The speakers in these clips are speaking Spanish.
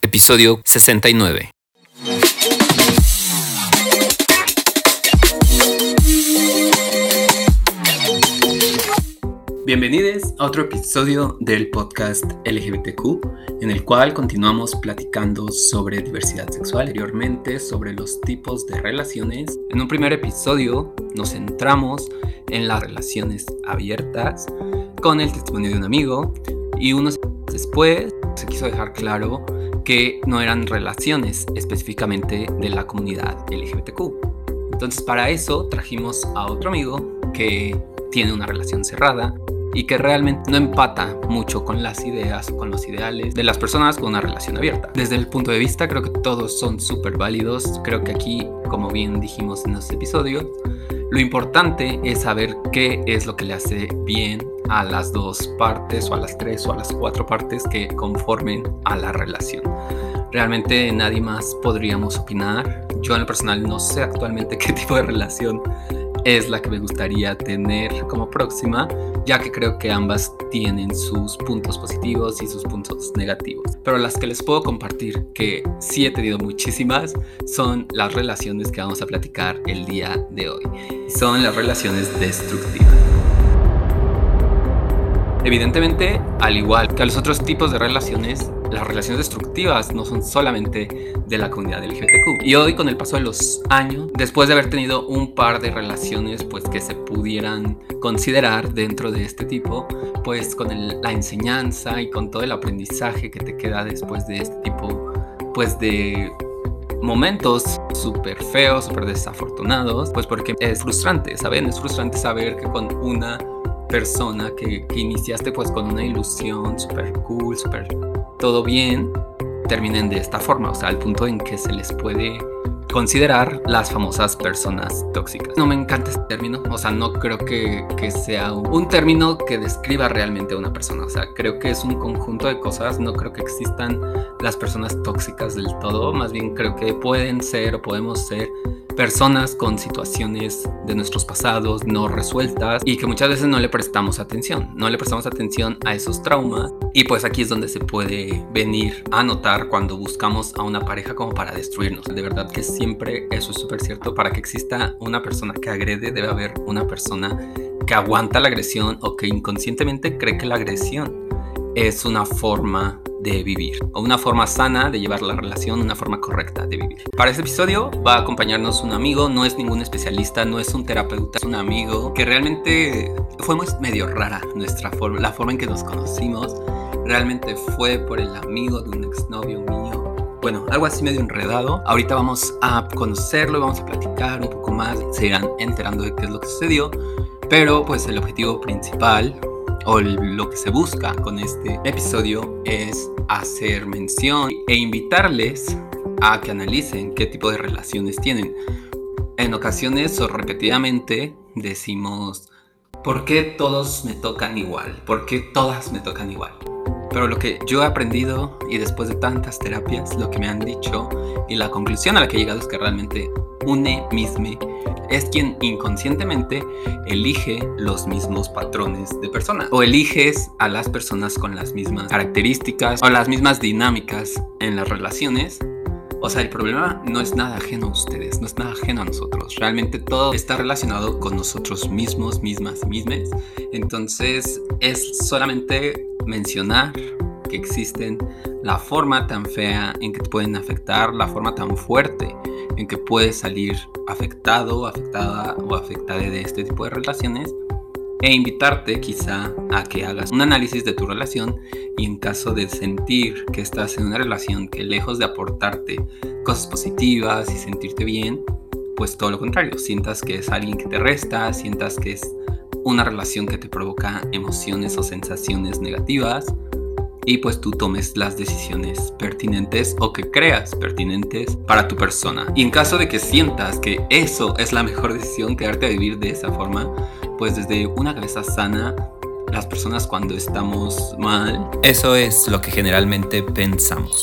episodio 69. Bienvenidos a otro episodio del podcast LGBTQ, en el cual continuamos platicando sobre diversidad sexual, anteriormente sobre los tipos de relaciones. En un primer episodio nos centramos en las relaciones abiertas con el testimonio de un amigo, y unos después se quiso dejar claro que no eran relaciones específicamente de la comunidad LGBTQ. Entonces, para eso trajimos a otro amigo que tiene una relación cerrada y que realmente no empata mucho con las ideas o con los ideales de las personas con una relación abierta. Desde el punto de vista, creo que todos son súper válidos. Creo que aquí, como bien dijimos en este episodio, lo importante es saber qué es lo que le hace bien a las dos partes, o a las tres, o a las cuatro partes que conformen a la relación. Realmente nadie más podríamos opinar. Yo en lo personal no sé actualmente qué tipo de relación es la que me gustaría tener como próxima, ya que creo que ambas tienen sus puntos positivos y sus puntos negativos. Pero las que les puedo compartir, que sí he tenido muchísimas, son las relaciones que vamos a platicar el día de hoy. Son las relaciones destructivas. Evidentemente, al igual que a los otros tipos de relaciones, las relaciones destructivas no son solamente de la comunidad LGBTQ. Y hoy, con el paso de los años, después de haber tenido un par de relaciones pues que se pudieran considerar dentro de este tipo, pues con la enseñanza y con todo el aprendizaje que te queda después de este tipo pues de momentos súper feos, súper desafortunados, pues porque es frustrante, ¿saben? Es frustrante saber que con una persona que iniciaste pues con una ilusión súper cool, súper todo bien, terminen de esta forma, o sea, al punto en que se les puede considerar las famosas personas tóxicas. No me encanta este término, o sea, no creo que sea un término que describa realmente a una persona, o sea, creo que es un conjunto de cosas. No creo que existan las personas tóxicas del todo, más bien creo que pueden ser o podemos ser personas con situaciones de nuestros pasados no resueltas y que muchas veces no le prestamos atención a esos traumas, y pues aquí es donde se puede venir a notar cuando buscamos a una pareja como para destruirnos. De verdad que siempre eso es súper cierto. Para que exista una persona que agrede, debe haber una persona que aguanta la agresión o que inconscientemente cree que la agresión es una forma de vivir, o una forma sana de llevar la relación, una forma correcta de vivir. Para este episodio va a acompañarnos un amigo. No es ningún especialista, no es un terapeuta, es un amigo que realmente fue medio rara la forma en que nos conocimos. Realmente fue por el amigo de un exnovio mío. Bueno, algo así medio enredado. Ahorita vamos a conocerlo y vamos a platicar un poco más. Se irán enterando de qué es lo que sucedió. Pero pues el objetivo principal, o lo que se busca con este episodio, es hacer mención e invitarles a que analicen qué tipo de relaciones tienen. En ocasiones o repetidamente decimos: ¿por qué todos me tocan igual? ¿Por qué todas me tocan igual? Pero lo que yo he aprendido, y después de tantas terapias, lo que me han dicho y la conclusión a la que he llegado es que realmente une mismo es quien inconscientemente elige los mismos patrones de personas, o eliges a las personas con las mismas características o las mismas dinámicas en las relaciones. O sea, el problema no es nada ajeno a ustedes, no es nada ajeno a nosotros. Realmente todo está relacionado con nosotros mismos, mismas. Entonces es solamente mencionar que existen la forma tan fea en que te pueden afectar, la forma tan fuerte en que puedes salir afectado, afectada o afectada de este tipo de relaciones, e invitarte quizá a que hagas un análisis de tu relación, y en caso de sentir que estás en una relación que, lejos de aportarte cosas positivas y sentirte bien, pues todo lo contrario, sientas que es alguien que te resta, sientas que es una relación que te provoca emociones o sensaciones negativas, y pues tú tomes las decisiones pertinentes o que creas pertinentes para tu persona. Y en caso de que sientas que eso es la mejor decisión, quedarte a vivir de esa forma, pues desde una cabeza sana, las personas cuando estamos mal, eso es lo que generalmente pensamos.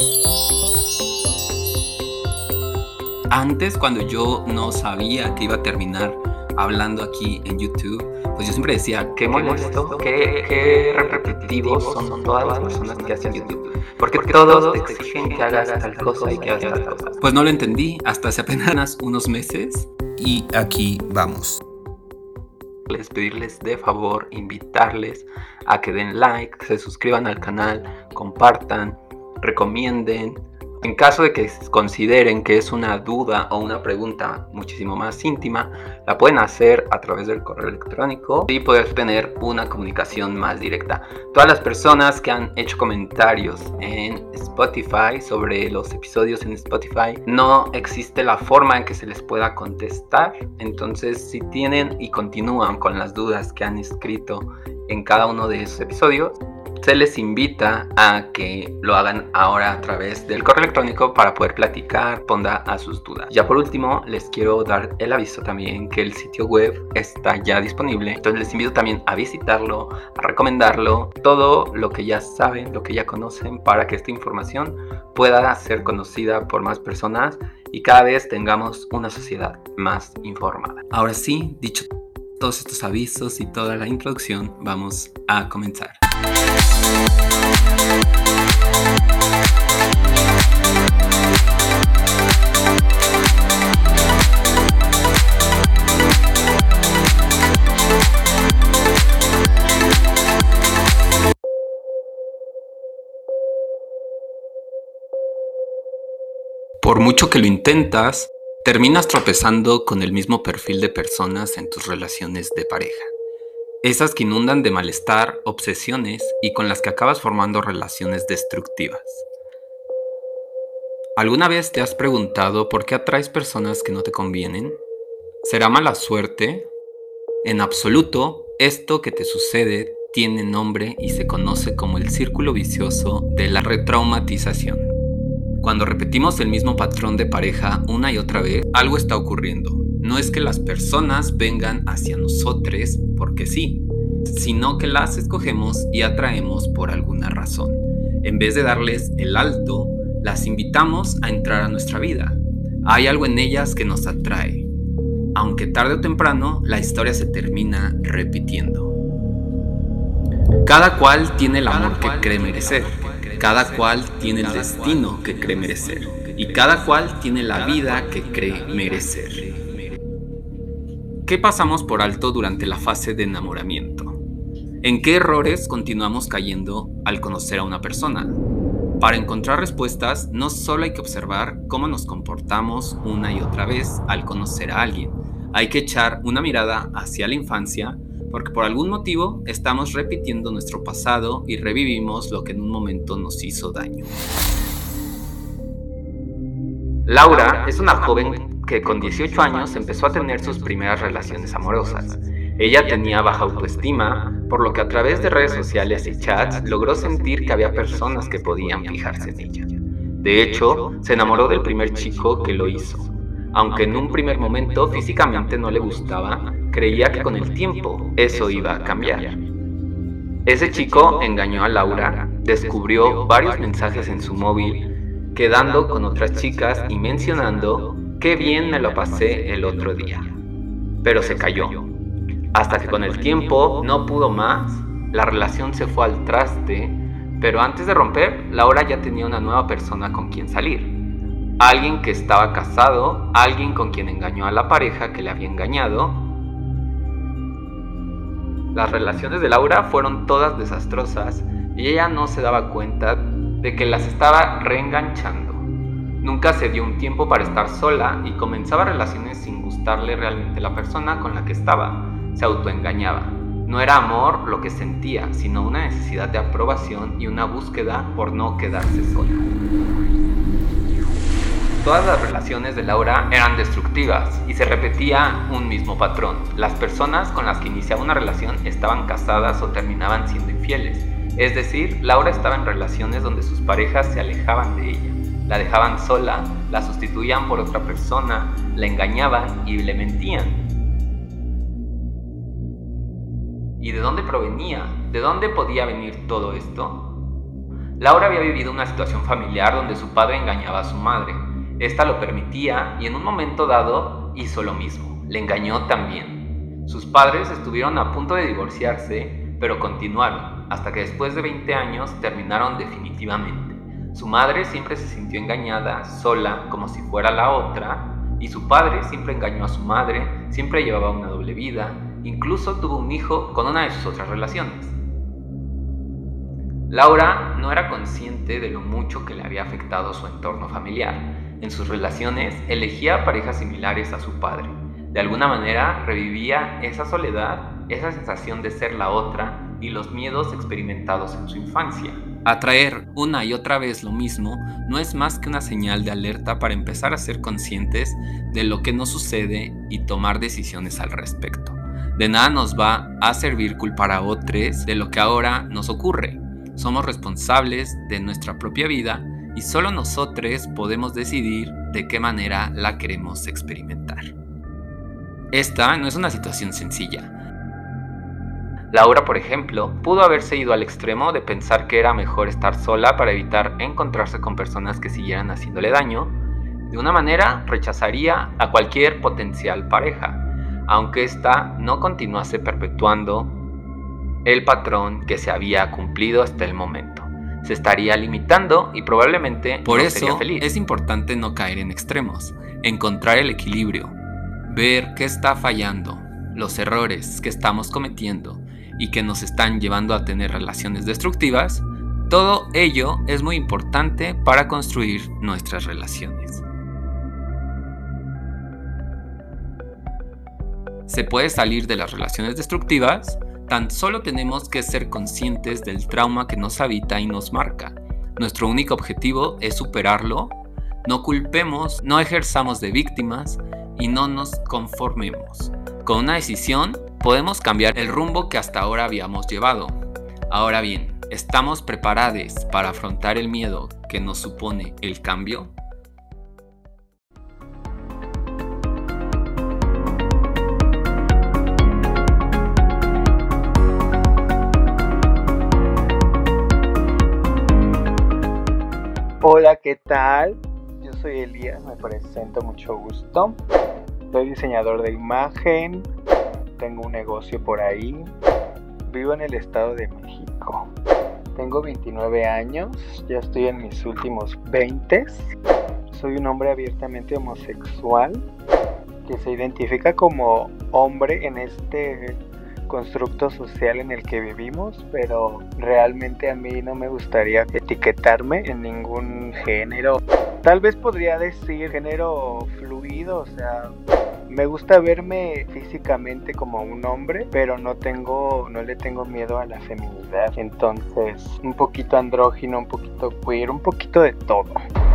Antes, cuando yo no sabía que iba a terminar hablando aquí en YouTube, pues yo siempre decía, qué molesto, qué repetitivos son todas las personas que hacen YouTube. Porque todos te exigen que hagas tal cosa y que hagas tal cosa. Pues no lo entendí hasta hace apenas unos meses. Y aquí vamos. Pedirles de favor, invitarles a que den like, que se suscriban al canal, compartan, recomienden. En caso de que consideren que es una duda o una pregunta muchísimo más íntima, la pueden hacer a través del correo electrónico y poder tener una comunicación más directa. Todas las personas que han hecho comentarios en Spotify sobre los episodios en Spotify, no existe la forma en que se les pueda contestar. Entonces, si tienen y continúan con las dudas que han escrito en cada uno de esos episodios, se les invita a que lo hagan ahora a través del correo electrónico para poder platicar, responder a sus dudas. Ya por último, les quiero dar el aviso también que el sitio web está ya disponible. Entonces les invito también a visitarlo, a recomendarlo, todo lo que ya saben, lo que ya conocen, para que esta información pueda ser conocida por más personas y cada vez tengamos una sociedad más informada. Ahora sí, dicho todos estos avisos y toda la introducción, vamos a comenzar. Por mucho que lo intentas, terminas tropezando con el mismo perfil de personas en tus relaciones de pareja. Esas que inundan de malestar, obsesiones y con las que acabas formando relaciones destructivas. ¿Alguna vez te has preguntado por qué atraes personas que no te convienen? ¿Será mala suerte? En absoluto, esto que te sucede tiene nombre y se conoce como el círculo vicioso de la retraumatización. Cuando repetimos el mismo patrón de pareja una y otra vez, algo está ocurriendo. No es que las personas vengan hacia nosotros porque sí, sino que las escogemos y atraemos por alguna razón. En vez de darles el alto, las invitamos a entrar a nuestra vida. Hay algo en ellas que nos atrae. Aunque tarde o temprano, la historia se termina repitiendo. Cada cual tiene el amor que cree merecer. Cada cual tiene el destino que cree merecer. Y cada cual tiene la vida que cree merecer. ¿Qué pasamos por alto durante la fase de enamoramiento? ¿En qué errores continuamos cayendo al conocer a una persona? Para encontrar respuestas, no solo hay que observar cómo nos comportamos una y otra vez al conocer a alguien. Hay que echar una mirada hacia la infancia, porque por algún motivo estamos repitiendo nuestro pasado y revivimos lo que en un momento nos hizo daño. Laura es una joven que con 18 años empezó a tener sus primeras relaciones amorosas. Ella tenía baja autoestima, por lo que a través de redes sociales y chats logró sentir que había personas que podían fijarse en ella. De hecho, se enamoró del primer chico que lo hizo. Aunque en un primer momento físicamente no le gustaba, creía que con el tiempo eso iba a cambiar. Ese chico engañó a Laura, descubrió varios mensajes en su móvil, quedando con otras chicas y mencionando qué bien me lo pasé el otro día. Pero se cayó. Hasta que con el tiempo no pudo más, la relación se fue al traste, pero antes de romper, Laura ya tenía una nueva persona con quien salir. Alguien que estaba casado, alguien con quien engañó a la pareja que le había engañado. Las relaciones de Laura fueron todas desastrosas y ella no se daba cuenta de que las estaba reenganchando. Nunca se dio un tiempo para estar sola y comenzaba relaciones sin gustarle realmente la persona con la que estaba. Se autoengañaba. No era amor lo que sentía, sino una necesidad de aprobación y una búsqueda por no quedarse sola. Todas las relaciones de Laura eran destructivas y se repetía un mismo patrón. Las personas con las que iniciaba una relación estaban casadas o terminaban siendo infieles. Es decir, Laura estaba en relaciones donde sus parejas se alejaban de ella. La dejaban sola, la sustituían por otra persona, la engañaban y le mentían. ¿Y de dónde provenía? ¿De dónde podía venir todo esto? Laura había vivido una situación familiar donde su padre engañaba a su madre. Esta lo permitía y en un momento dado hizo lo mismo, le engañó también. Sus padres estuvieron a punto de divorciarse, pero continuaron, hasta que después de 20 años terminaron definitivamente. Su madre siempre se sintió engañada, sola, como si fuera la otra, y su padre siempre engañó a su madre, siempre llevaba una doble vida, incluso tuvo un hijo con una de sus otras relaciones. Laura no era consciente de lo mucho que le había afectado su entorno familiar. En sus relaciones elegía parejas similares a su padre. De alguna manera revivía esa soledad, esa sensación de ser la otra y los miedos experimentados en su infancia. Atraer una y otra vez lo mismo no es más que una señal de alerta para empezar a ser conscientes de lo que nos sucede y tomar decisiones al respecto. De nada nos va a servir culpar a otros de lo que ahora nos ocurre. Somos responsables de nuestra propia vida y solo nosotros podemos decidir de qué manera la queremos experimentar. Esta no es una situación sencilla. Laura, por ejemplo, pudo haberse ido al extremo de pensar que era mejor estar sola para evitar encontrarse con personas que siguieran haciéndole daño. De una manera, rechazaría a cualquier potencial pareja, aunque ésta no continuase perpetuando el patrón que se había cumplido hasta el momento. Se estaría limitando y probablemente no sería feliz. Por eso es importante no caer en extremos, encontrar el equilibrio, ver qué está fallando, los errores que estamos cometiendo y que nos están llevando a tener relaciones destructivas. Todo ello es muy importante para construir nuestras relaciones. Se puede salir de las relaciones destructivas. Tan solo tenemos que ser conscientes del trauma que nos habita y nos marca. Nuestro único objetivo es superarlo. No culpemos, no ejerzamos de víctimas y no nos conformemos. Con una decisión podemos cambiar el rumbo que hasta ahora habíamos llevado. Ahora bien, ¿estamos preparados para afrontar el miedo que nos supone el cambio? Hola, ¿qué tal? Yo soy Elías, me presento, mucho gusto. Soy diseñador de imagen, tengo un negocio por ahí, vivo en el Estado de México. Tengo 29 años, ya estoy en mis últimos 20. Soy un hombre abiertamente homosexual que se identifica como hombre en este constructo social en el que vivimos, pero realmente a mí no me gustaría etiquetarme en ningún género. Tal vez podría decir género fluido, o sea, me gusta verme físicamente como un hombre, pero no le tengo miedo a la feminidad. Entonces, un poquito andrógino, un poquito queer, un poquito de todo.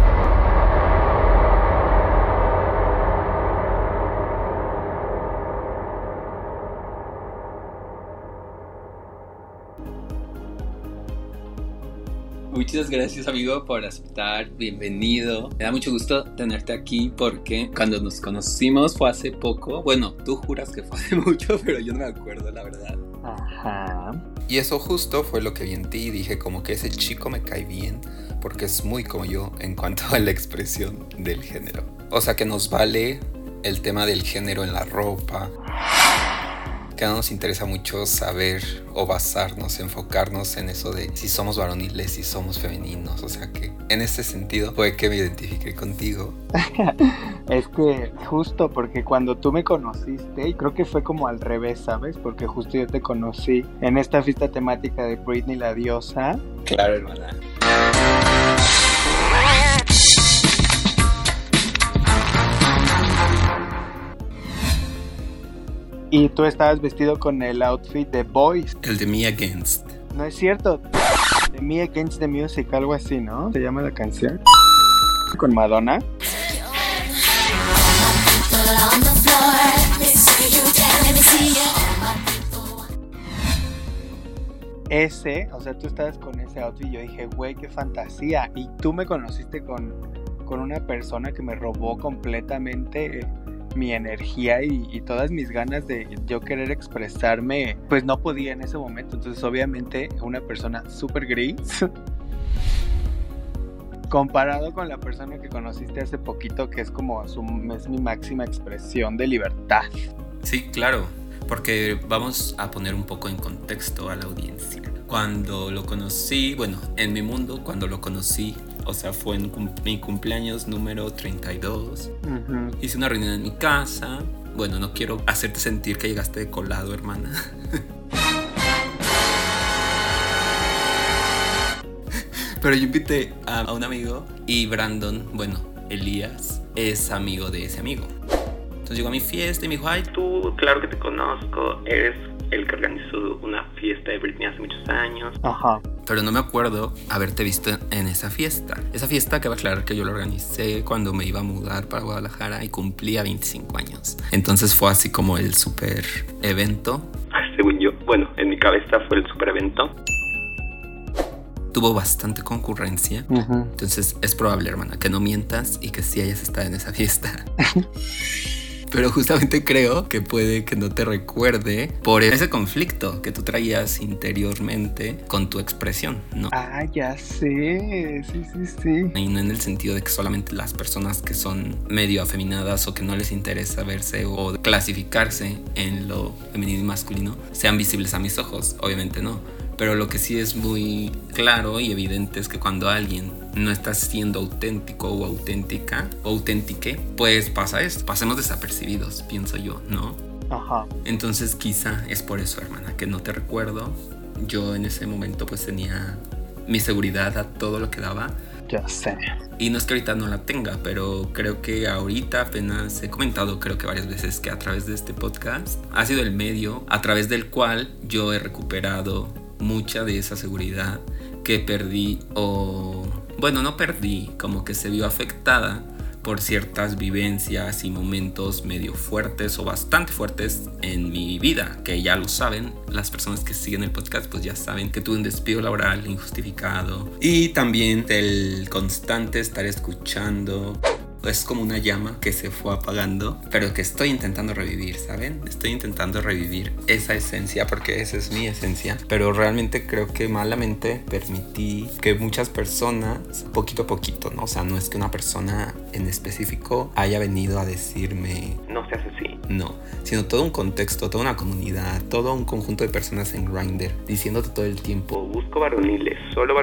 Muchas gracias, amigo, por aceptar. Bienvenido. Me da mucho gusto tenerte aquí porque cuando nos conocimos fue hace poco. Bueno, tú juras que fue hace mucho, pero yo no me acuerdo, la verdad. Ajá. Y eso justo fue lo que vi en ti y dije como que ese chico me cae bien porque es muy como yo en cuanto a la expresión del género. O sea que nos vale el tema del género en la ropa. Que no nos interesa mucho saber o basarnos, enfocarnos en eso de si somos varoniles, si somos femeninos. O sea que en ese sentido fue que me identifiqué contigo. Es que justo porque cuando tú me conociste, y creo que fue como al revés, ¿sabes? Porque justo yo te conocí en esta fiesta temática de Britney la diosa. Claro, hermana. Y tú estabas vestido con el outfit de Boys. El de Me Against. No es cierto. The Me Against the Music, algo así, ¿no? Se llama la canción. Con Madonna. O sea, tú estabas con ese outfit y yo dije, güey, qué fantasía. Y tú me conociste con una persona que me robó completamente mi energía y todas mis ganas de yo querer expresarme, pues no podía en ese momento. Entonces obviamente una persona súper gris comparado con la persona que conociste hace poquito, que es como es mi máxima expresión de libertad. Sí, claro, porque vamos a poner un poco en contexto a la audiencia. Cuando lo conocí, bueno, en mi mundo, cuando lo conocí, O sea, fue en mi cumpleaños número 32. Ujú. Hice una reunión en mi casa. Bueno, no quiero hacerte sentir que llegaste de colado, hermana. Pero yo invité a un amigo y Brandon, bueno, Elías, es amigo de ese amigo. Entonces llegó a mi fiesta y me dijo, ay, tú, claro que te conozco, eres el que organizó una fiesta de Britney hace muchos años. Ajá. Pero no me acuerdo haberte visto en esa fiesta. Esa fiesta, cabe aclarar que yo la organicé cuando me iba a mudar para Guadalajara y cumplía 25 años. Entonces fue así como el super evento. Según yo, bueno, en mi cabeza fue el super evento. Tuvo bastante concurrencia. Ujú. Entonces es probable, hermana, que no mientas y que sí hayas estado en esa fiesta. Pero justamente creo que puede que no te recuerde por ese conflicto que tú traías interiormente con tu expresión, ¿no? Ah, ya sé. Sí. Y no en el sentido de que solamente las personas que son medio afeminadas o que no les interesa verse o clasificarse en lo femenino y masculino sean visibles a mis ojos, obviamente no. Pero lo que sí es muy claro y evidente es que cuando alguien no está siendo auténtico o auténtica o auténtique, pues pasa esto. Pasemos desapercibidos, pienso yo, ¿no? Ajá. Entonces quizá es por eso, hermana, que no te recuerdo. Yo en ese momento pues tenía mi seguridad a todo lo que daba. Ya sé. Y no es que ahorita no la tenga, pero creo que ahorita apenas he comentado, creo que varias veces, que a través de este podcast ha sido el medio a través del cual yo he recuperado mucha de esa seguridad que perdí, o bueno, no perdí, como que se vio afectada por ciertas vivencias y momentos medio fuertes o bastante fuertes en mi vida, que ya lo saben, las personas que siguen el podcast pues ya saben que tuve un despido laboral injustificado y también el constante estar escuchando. Es como una llama que se fue apagando, pero que estoy intentando revivir, ¿saben? Estoy intentando revivir esa esencia, porque esa es mi esencia. Pero realmente creo que malamente permití que muchas personas, poquito a poquito, ¿no? O sea, no es que una persona en específico haya venido a decirme, No seas así. no, sino todo un contexto, toda una comunidad, todo un conjunto de personas en Grindr diciéndote todo el tiempo, Busco varoniles,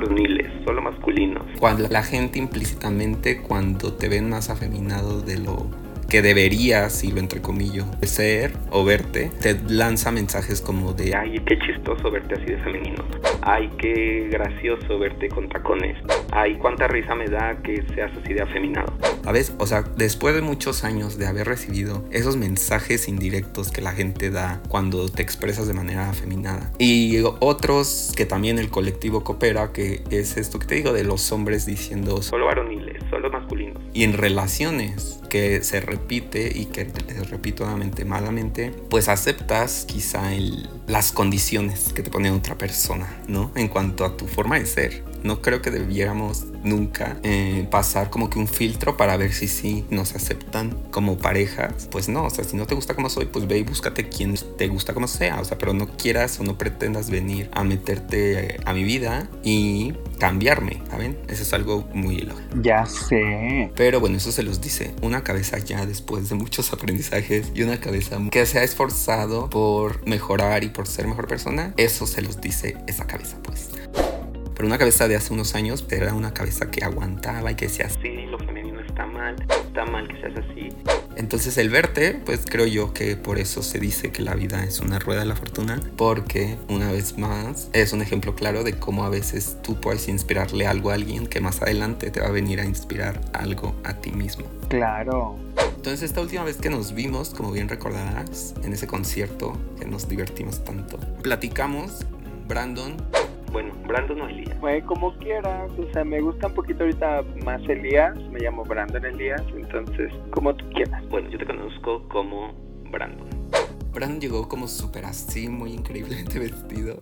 solo masculinos. cuando la gente implícitamente, cuando te ven más afeminado de lo que deberías, y lo entrecomillo, de ser o verte, te lanza mensajes como de Ay, qué chistoso verte así de femenino. Ay, qué gracioso verte con tacones. Ay, cuánta risa me da que seas así de afeminado. ¿sabes? O sea, después de muchos años de haber recibido esos mensajes indirectos que la gente da cuando te expresas de manera afeminada, y otros que también el colectivo coopera, que es esto que te digo de los hombres diciendo Solo varoniles, solo masculinos. y en relaciones que se repite y que se repite nuevamente malamente, pues aceptas quizá las condiciones que te pone otra persona, ¿no? En cuanto a tu forma de ser. No creo que debiéramos nunca pasar como que un filtro para ver si sí nos aceptan como parejas. Pues no, o sea, si no te gusta como soy, pues ve y búscate quien te gusta como sea. O sea, pero no quieras o no pretendas venir a meterte a mi vida y cambiarme, ¿saben? Eso es algo muy ilógico. Ya sé. Pero bueno, eso se los dice una cabeza ya después de muchos aprendizajes y una cabeza que se ha esforzado por mejorar y por ser mejor persona. Eso se los dice esa cabeza, pues. Pero una cabeza de hace unos años era una cabeza que aguantaba y que decía así. Sí, lo femenino está mal que seas así. Entonces el verte, pues creo yo que por eso se dice que la vida es una rueda de la fortuna, porque una vez más es un ejemplo claro de cómo a veces tú puedes inspirarle algo a alguien que más adelante te va a venir a inspirar algo a ti mismo. Claro. Entonces esta última vez que nos vimos, como bien recordarás, en ese concierto que nos divertimos tanto, platicamos, Brandon. Bueno, Brandon o Elías. Como quieras, o sea, me gusta un poquito ahorita más Elías, me llamo Brandon Elías, entonces, como tú quieras. Bueno, yo te conozco como Brandon. Brandon llegó como súper así, muy increíblemente vestido.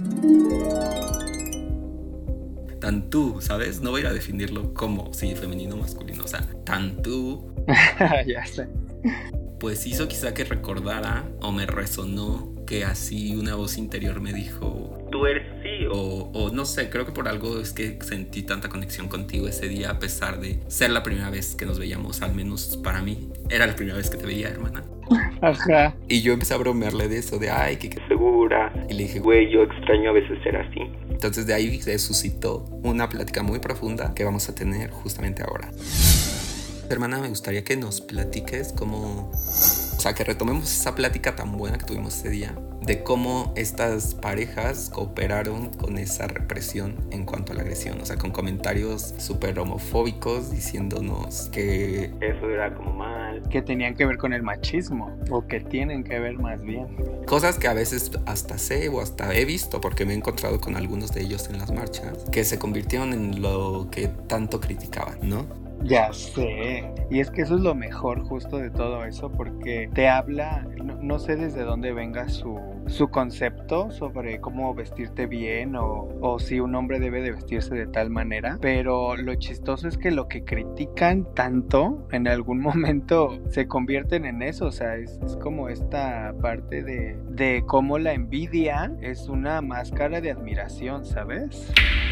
Tan tú, ¿sabes? No voy a ir a definirlo como si femenino o masculino, o sea, tan tú. Ya sé. Pues hizo quizá que recordara o me resonó que así una voz interior me dijo, Tú eres así. o no sé, creo que por algo es que sentí tanta conexión contigo ese día, a pesar de ser la primera vez que nos veíamos, al menos para mí era la primera vez que te veía, hermana. Ajá. Y yo empecé a bromearle de eso, de ay, que Segura. y le dije, Güey, yo extraño a veces ser así. Entonces de ahí se suscitó una plática muy profunda que vamos a tener justamente ahora. Hermana, me gustaría que nos platiques cómo, o sea, que retomemos esa plática tan buena que tuvimos ese día, de cómo estas parejas cooperaron con esa represión en cuanto a la agresión, o sea, con comentarios súper homofóbicos diciéndonos que eso era como mal, que tenían que ver con el machismo, o que tienen que ver más bien. Cosas que a veces hasta sé o hasta he visto, porque me he encontrado con algunos de ellos en las marchas, que se convirtieron en lo que tanto criticaban, ¿no? Ya sé, y es que eso es lo mejor justo de todo eso, porque te habla, no sé desde dónde venga su concepto sobre cómo vestirte bien o si un hombre debe de vestirse de tal manera, pero lo chistoso es que lo que critican tanto en algún momento se convierten en eso, o sea, es como esta parte de cómo la envidia es una máscara de admiración, ¿sabes?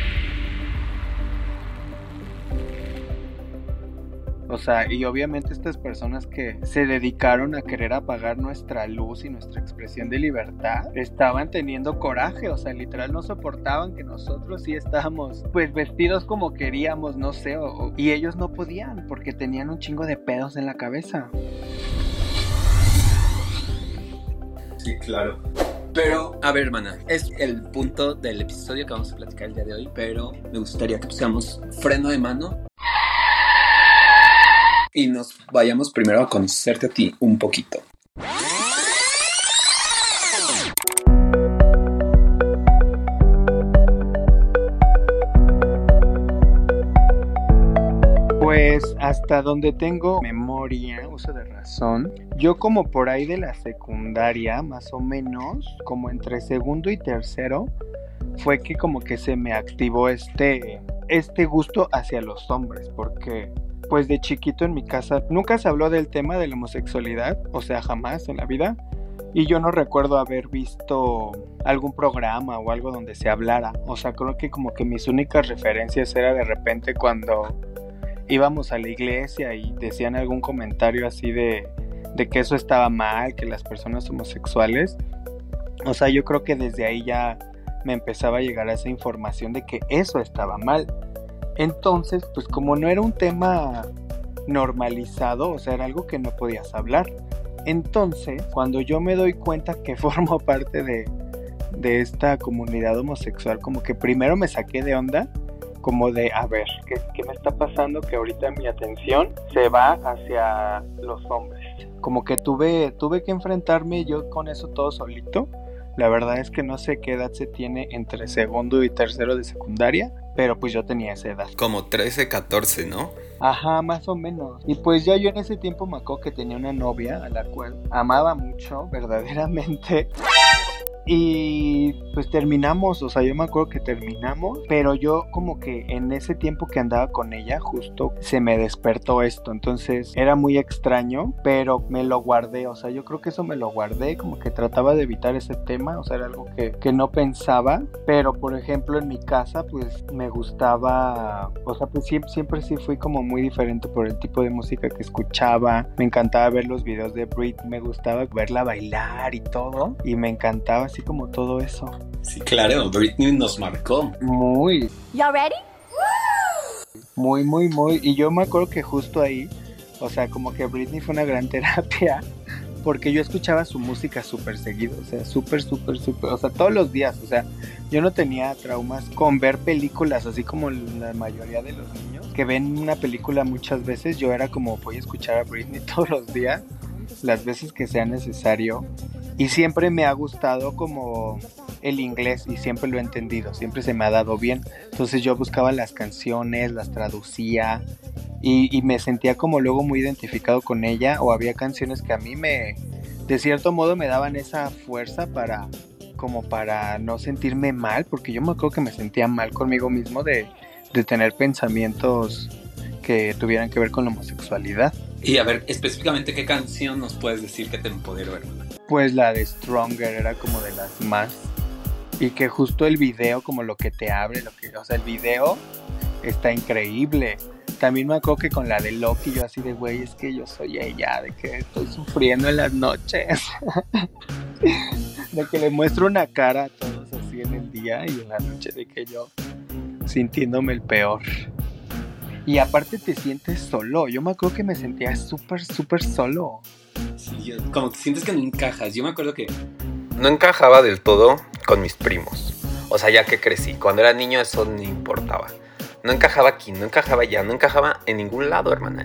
O sea, y obviamente estas personas que se dedicaron a querer apagar nuestra luz y nuestra expresión de libertad, estaban teniendo coraje, o sea, literal no soportaban que nosotros sí estábamos, pues, vestidos como queríamos, no sé, y ellos no podían, porque tenían un chingo de pedos en la cabeza. Sí, claro. Pero, a ver, hermana, es el punto del episodio que vamos a platicar el día de hoy, pero me gustaría que pusiéramos freno de mano y nos vayamos primero a conocerte a ti un poquito. Pues hasta donde tengo memoria, uso de razón, yo como por ahí de la secundaria, más o menos, como entre segundo y tercero, fue que como que se me activó este gusto hacia los hombres, porque pues de chiquito en mi casa nunca se habló del tema de la homosexualidad, o sea, jamás en la vida, y yo no recuerdo haber visto algún programa o algo donde se hablara, o sea, creo que como que mis únicas referencias era de repente cuando íbamos a la iglesia y decían algún comentario así de que eso estaba mal, que las personas homosexuales, o sea, yo creo que desde ahí ya me empezaba a llegar esa información de que eso estaba mal. Entonces, pues como no era un tema normalizado, o sea, era algo que no podías hablar. Entonces, cuando yo me doy cuenta que formo parte de esta comunidad homosexual, como que primero me saqué de onda, como de, a ver, ¿qué me está pasando? Que ahorita mi atención se va hacia los hombres. Como que tuve que enfrentarme yo con eso todo solito. La verdad es que no sé qué edad se tiene entre segundo y tercero de secundaria, pero pues yo tenía esa edad. Como 13, 14, ¿no? Ajá, más o menos. Y pues ya yo en ese tiempo me acuerdo que tenía una novia a la cual amaba mucho, verdaderamente. Y pues terminamos, o sea, yo me acuerdo que terminamos, pero yo como que en ese tiempo que andaba con ella justo se me despertó esto, entonces era muy extraño, pero me lo guardé, o sea, yo creo que eso me lo guardé, como que trataba de evitar ese tema, o sea, era algo que no pensaba, pero por ejemplo en mi casa pues me gustaba, o sea, pues siempre sí fui como muy diferente por el tipo de música que escuchaba, me encantaba ver los videos de Britney, me gustaba verla bailar y todo, y me encantaba así como todo eso. Sí, claro, Britney nos marcó. Muy. Y'all ready? Muy. Y yo me acuerdo que justo ahí, o sea, como que Britney fue una gran terapia, porque yo escuchaba su música súper seguido, o sea, súper, o sea, todos los días, o sea, yo no tenía traumas con ver películas, así como la mayoría de los niños, que ven una película muchas veces, yo era como, voy a escuchar a Britney todos los días, las veces que sea necesario. Y siempre me ha gustado como el inglés y siempre lo he entendido, siempre se me ha dado bien. Entonces yo buscaba las canciones, las traducía y me sentía como luego muy identificado con ella, o había canciones que a mí de cierto modo me daban esa fuerza para no sentirme mal, porque yo me acuerdo que me sentía mal conmigo mismo de tener pensamientos que tuvieran que ver con la homosexualidad. Y a ver, específicamente, ¿qué canción nos puedes decir que te empoderó, hermana? Pues la de Stronger era como de las más. Y que justo el video, como lo que te abre, o sea, el video está increíble. También me acuerdo que con la de Loki, yo así de, güey, es que yo soy ella, de que estoy sufriendo en las noches. De que le muestro una cara a todos así así en el día y en la noche de que yo sintiéndome el peor. Y aparte te sientes solo. Yo me acuerdo que me sentía súper solo. Sí, como que sientes que no encajas. Yo me acuerdo que no encajaba del todo con mis primos. O sea, ya que crecí. Cuando era niño eso no importaba. No encajaba aquí, no encajaba allá, no encajaba en ningún lado, hermana.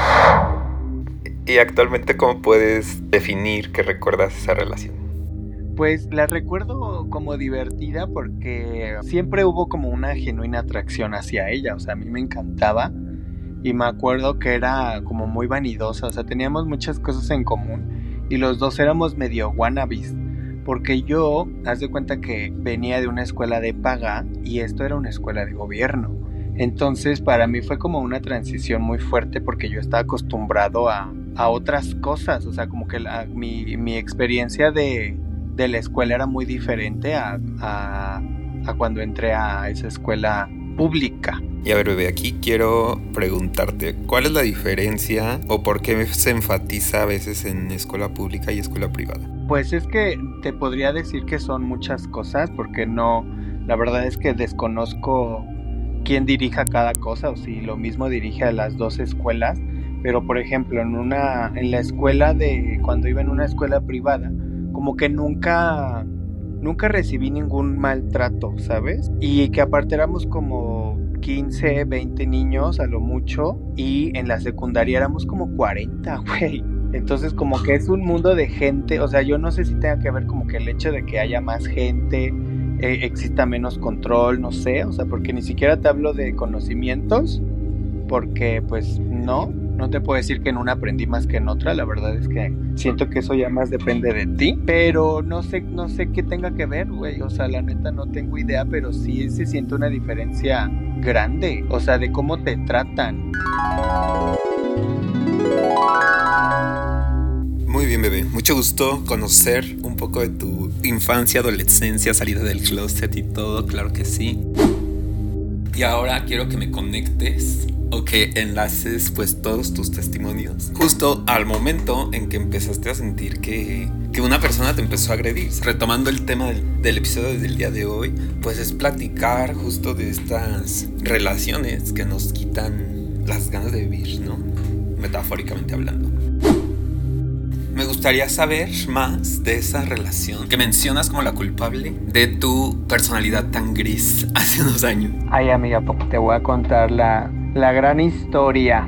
Y actualmente, ¿cómo puedes definir que recuerdas esa relación? Pues la recuerdo como divertida porque siempre hubo como una genuina atracción hacia ella. O sea, a mí me encantaba. Y me acuerdo que era como muy vanidosa. O sea, teníamos muchas cosas en común. Y los dos éramos medio wannabes. Porque yo, haz de cuenta que venía de una escuela de paga y esto era una escuela de gobierno. Entonces para mí fue como una transición muy fuerte porque yo estaba acostumbrado a otras cosas. O sea, como que mi experiencia de la escuela era muy diferente a cuando entré a esa escuela pública. Y a ver, bebé, aquí quiero preguntarte, ¿cuál es la diferencia o por qué se enfatiza a veces en escuela pública y escuela privada? Pues es que te podría decir que son muchas cosas porque no, la verdad es que desconozco quién dirija cada cosa o si lo mismo dirige a las dos escuelas, pero por ejemplo en la escuela cuando iba en una escuela privada, como que nunca recibí ningún maltrato, ¿sabes? Y que aparte éramos como 15, 20 niños a lo mucho y en la secundaria éramos como 40, güey. Entonces como que es un mundo de gente, o sea, yo no sé si tenga que ver como que el hecho de que haya más gente, exista menos control, no sé, o sea, porque ni siquiera te hablo de conocimientos, porque pues no te puedo decir que en una aprendí más que en otra, la verdad es que siento que eso ya más depende de ti, pero no sé qué tenga que ver, güey, o sea, la neta no tengo idea, pero sí se siente una diferencia grande, o sea, de cómo te tratan. Muy bien, bebé. Mucho gusto conocer un poco de tu infancia, adolescencia, salida del closet y todo, claro que sí. Y ahora quiero que me conectes o que enlaces pues todos tus testimonios justo al momento en que empezaste a sentir que una persona te empezó a agredir. Retomando el tema del episodio del día de hoy, pues es platicar justo de estas relaciones que nos quitan las ganas de vivir, ¿no? Metafóricamente hablando. Me gustaría saber más de esa relación que mencionas como la culpable de tu personalidad tan gris hace unos años. Ay, amiga, te voy a contar la gran historia.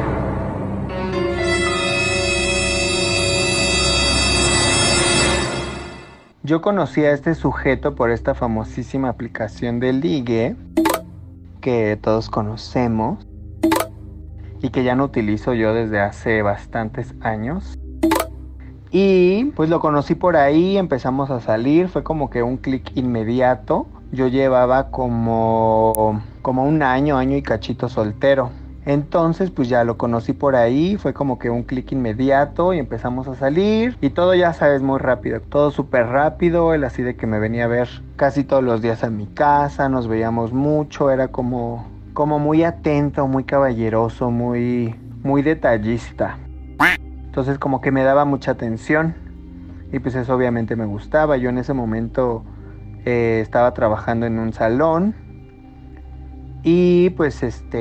Yo conocí a este sujeto por esta famosísima aplicación de ligue que todos conocemos y que ya no utilizo yo desde hace bastantes años. Y pues lo conocí por ahí, empezamos a salir, fue como que un clic inmediato. Yo llevaba como un año y cachito soltero. Entonces pues ya lo conocí por ahí, fue como que un clic inmediato y empezamos a salir. Y todo ya sabes, muy rápido, todo súper rápido. Él así de que me venía a ver casi todos los días a mi casa, nos veíamos mucho, era como muy atento, muy caballeroso, muy detallista. Entonces como que me daba mucha atención y pues eso obviamente me gustaba. Yo en ese momento estaba trabajando en un salón y pues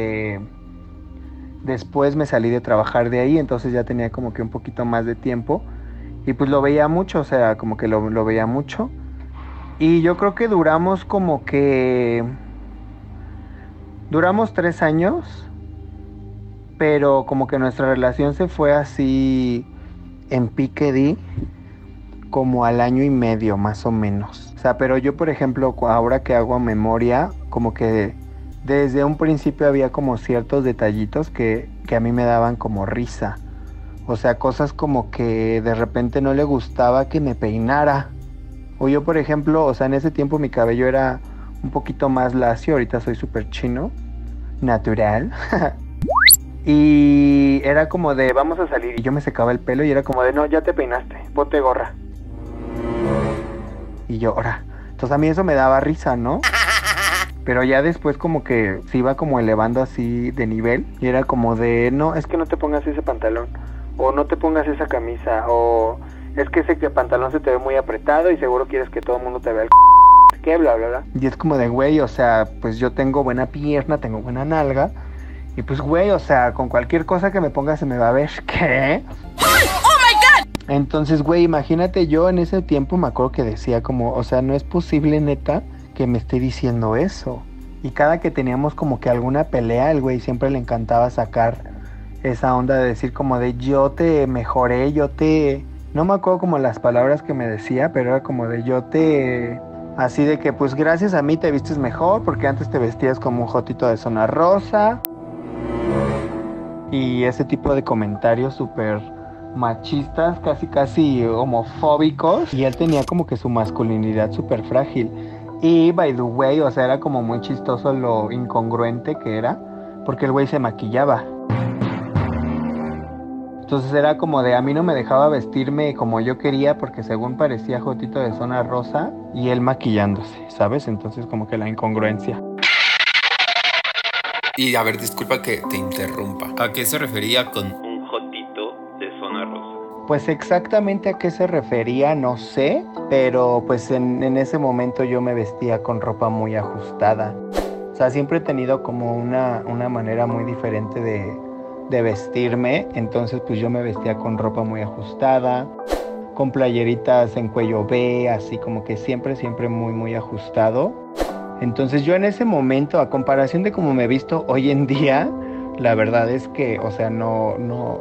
después me salí de trabajar de ahí, entonces ya tenía como que un poquito más de tiempo y pues lo veía mucho, o sea, como que lo veía mucho y yo creo que duramos 3 años. Pero como que nuestra relación se fue así en pique como al 1.5 años más o menos. O sea, pero yo por ejemplo ahora que hago memoria, como que desde un principio había como ciertos detallitos que a mí me daban como risa. O sea, cosas como que de repente no le gustaba que me peinara. O yo por ejemplo, o sea, en ese tiempo mi cabello era un poquito más lacio, ahorita soy súper chino, natural. Y era como de, vamos a salir. Y yo me secaba el pelo y era como de, no, ya te peinaste, ponte gorra. Y yo, ahora. Entonces a mí eso me daba risa, ¿no? Pero ya después como que se iba como elevando así de nivel. Y era como de, no, es que no te pongas ese pantalón. O no te pongas esa camisa. O es que ese pantalón se te ve muy apretado y seguro quieres que todo el mundo te vea el sé qué, bla, bla, bla. Y es como de, güey, o sea, pues yo tengo buena pierna, tengo buena nalga. Y pues, güey, o sea, con cualquier cosa que me ponga se me va a ver. ¿Qué? Entonces, güey, imagínate, yo en ese tiempo me acuerdo que decía como, o sea, no es posible, neta, que me esté diciendo eso. Y cada que teníamos como que alguna pelea, el güey siempre le encantaba sacar esa onda de decir como de yo te mejoré, no me acuerdo como las palabras que me decía, pero era como de yo te... Así de que pues gracias a mí te vistes mejor, porque antes te vestías como un jotito de zona rosa. Y ese tipo de comentarios súper machistas, casi homofóbicos. Y él tenía como que su masculinidad súper frágil. Y by the way, o sea, era como muy chistoso lo incongruente que era, porque el güey se maquillaba. Entonces era como de a mí no me dejaba vestirme como yo quería porque según parecía jotito de zona rosa y él maquillándose, ¿sabes? Entonces como que la incongruencia. Y a ver, disculpa que te interrumpa. ¿A qué se refería con Un jotito de zona rosa. Pues exactamente a qué se refería, no sé, pero pues en ese momento yo me vestía con ropa muy ajustada. O sea, siempre he tenido como una manera muy diferente de vestirme, entonces pues yo me vestía con ropa muy ajustada, con playeritas en cuello V, así como que siempre muy ajustado. Entonces yo en ese momento, a comparación de cómo me he visto hoy en día, la verdad es que, o sea, no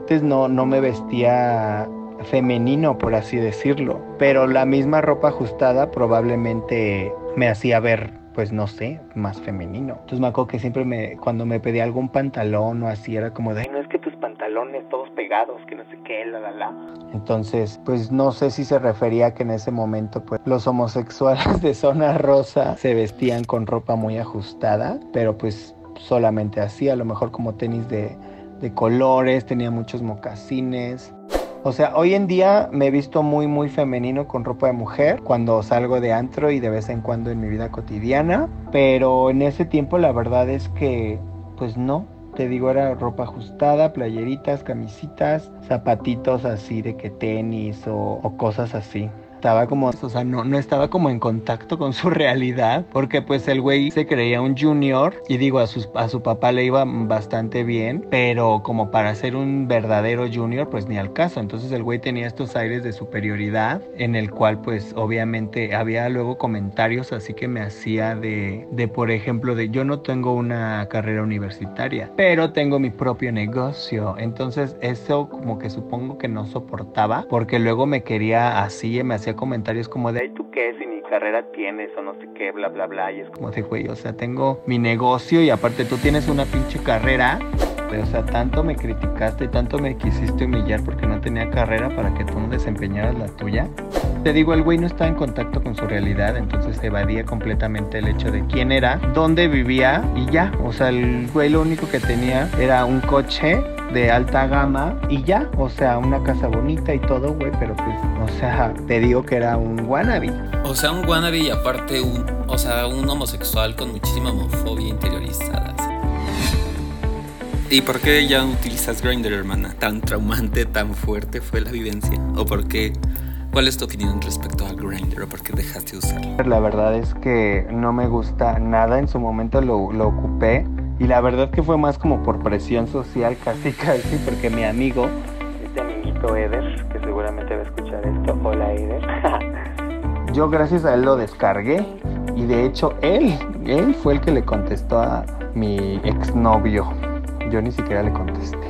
me vestía femenino, por así decirlo, pero la misma ropa ajustada probablemente me hacía ver, pues no sé, más femenino. Entonces me acuerdo que siempre cuando me pedía algún pantalón o así, era como de, no es que tus pantalones todos pegados, que no sé qué, la. Entonces, pues no sé si se refería a que en ese momento, pues los homosexuales de zona rosa se vestían con ropa muy ajustada, pero pues solamente así, a lo mejor como tenis de colores, tenía muchos mocasines. O sea, hoy en día me he visto muy femenino con ropa de mujer cuando salgo de antro y de vez en cuando en mi vida cotidiana, pero en ese tiempo la verdad es que pues no, te digo, era ropa ajustada, playeritas, camisitas, zapatitos así de que tenis o cosas así. Estaba como, o sea, no estaba como en contacto con su realidad, porque pues el güey se creía un junior y digo, a su papá le iba bastante bien, pero como para ser un verdadero junior, pues ni al caso. Entonces el güey tenía estos aires de superioridad, en el cual pues obviamente había luego comentarios así que me hacía de por ejemplo, de yo no tengo una carrera universitaria, pero tengo mi propio negocio. Entonces eso como que supongo que no soportaba, porque luego me quería así, me hacía comentarios como de, ¿tú qué? Si ni carrera tienes o no sé qué, bla, bla, bla. Y es como de, güey, o sea, tengo mi negocio y aparte tú tienes una pinche carrera. Pero, o sea, tanto me criticaste y tanto me quisiste humillar porque no tenía carrera para que tú no desempeñaras la tuya. Te digo, el güey no estaba en contacto con su realidad, entonces evadía completamente el hecho de quién era, dónde vivía y ya. O sea, el güey lo único que tenía era un coche de alta gama y ya, o sea, una casa bonita y todo, güey, pero pues, o sea, te digo que era un wannabe. O sea, un wannabe y aparte un homosexual con muchísima homofobia interiorizada. ¿Y por qué ya no utilizas Grindr, hermana? ¿Tan traumante, tan fuerte fue la vivencia? ¿O por qué? ¿Cuál es tu opinión respecto a Grindr o por qué dejaste de usarlo? La verdad es que no me gusta nada, en su momento lo ocupé. Y la verdad que fue más como por presión social, casi, porque mi amigo, este amiguito Eder, que seguramente va a escuchar esto, hola Eder, yo gracias a él lo descargué y de hecho él fue el que le contestó a mi exnovio, yo ni siquiera le contesté.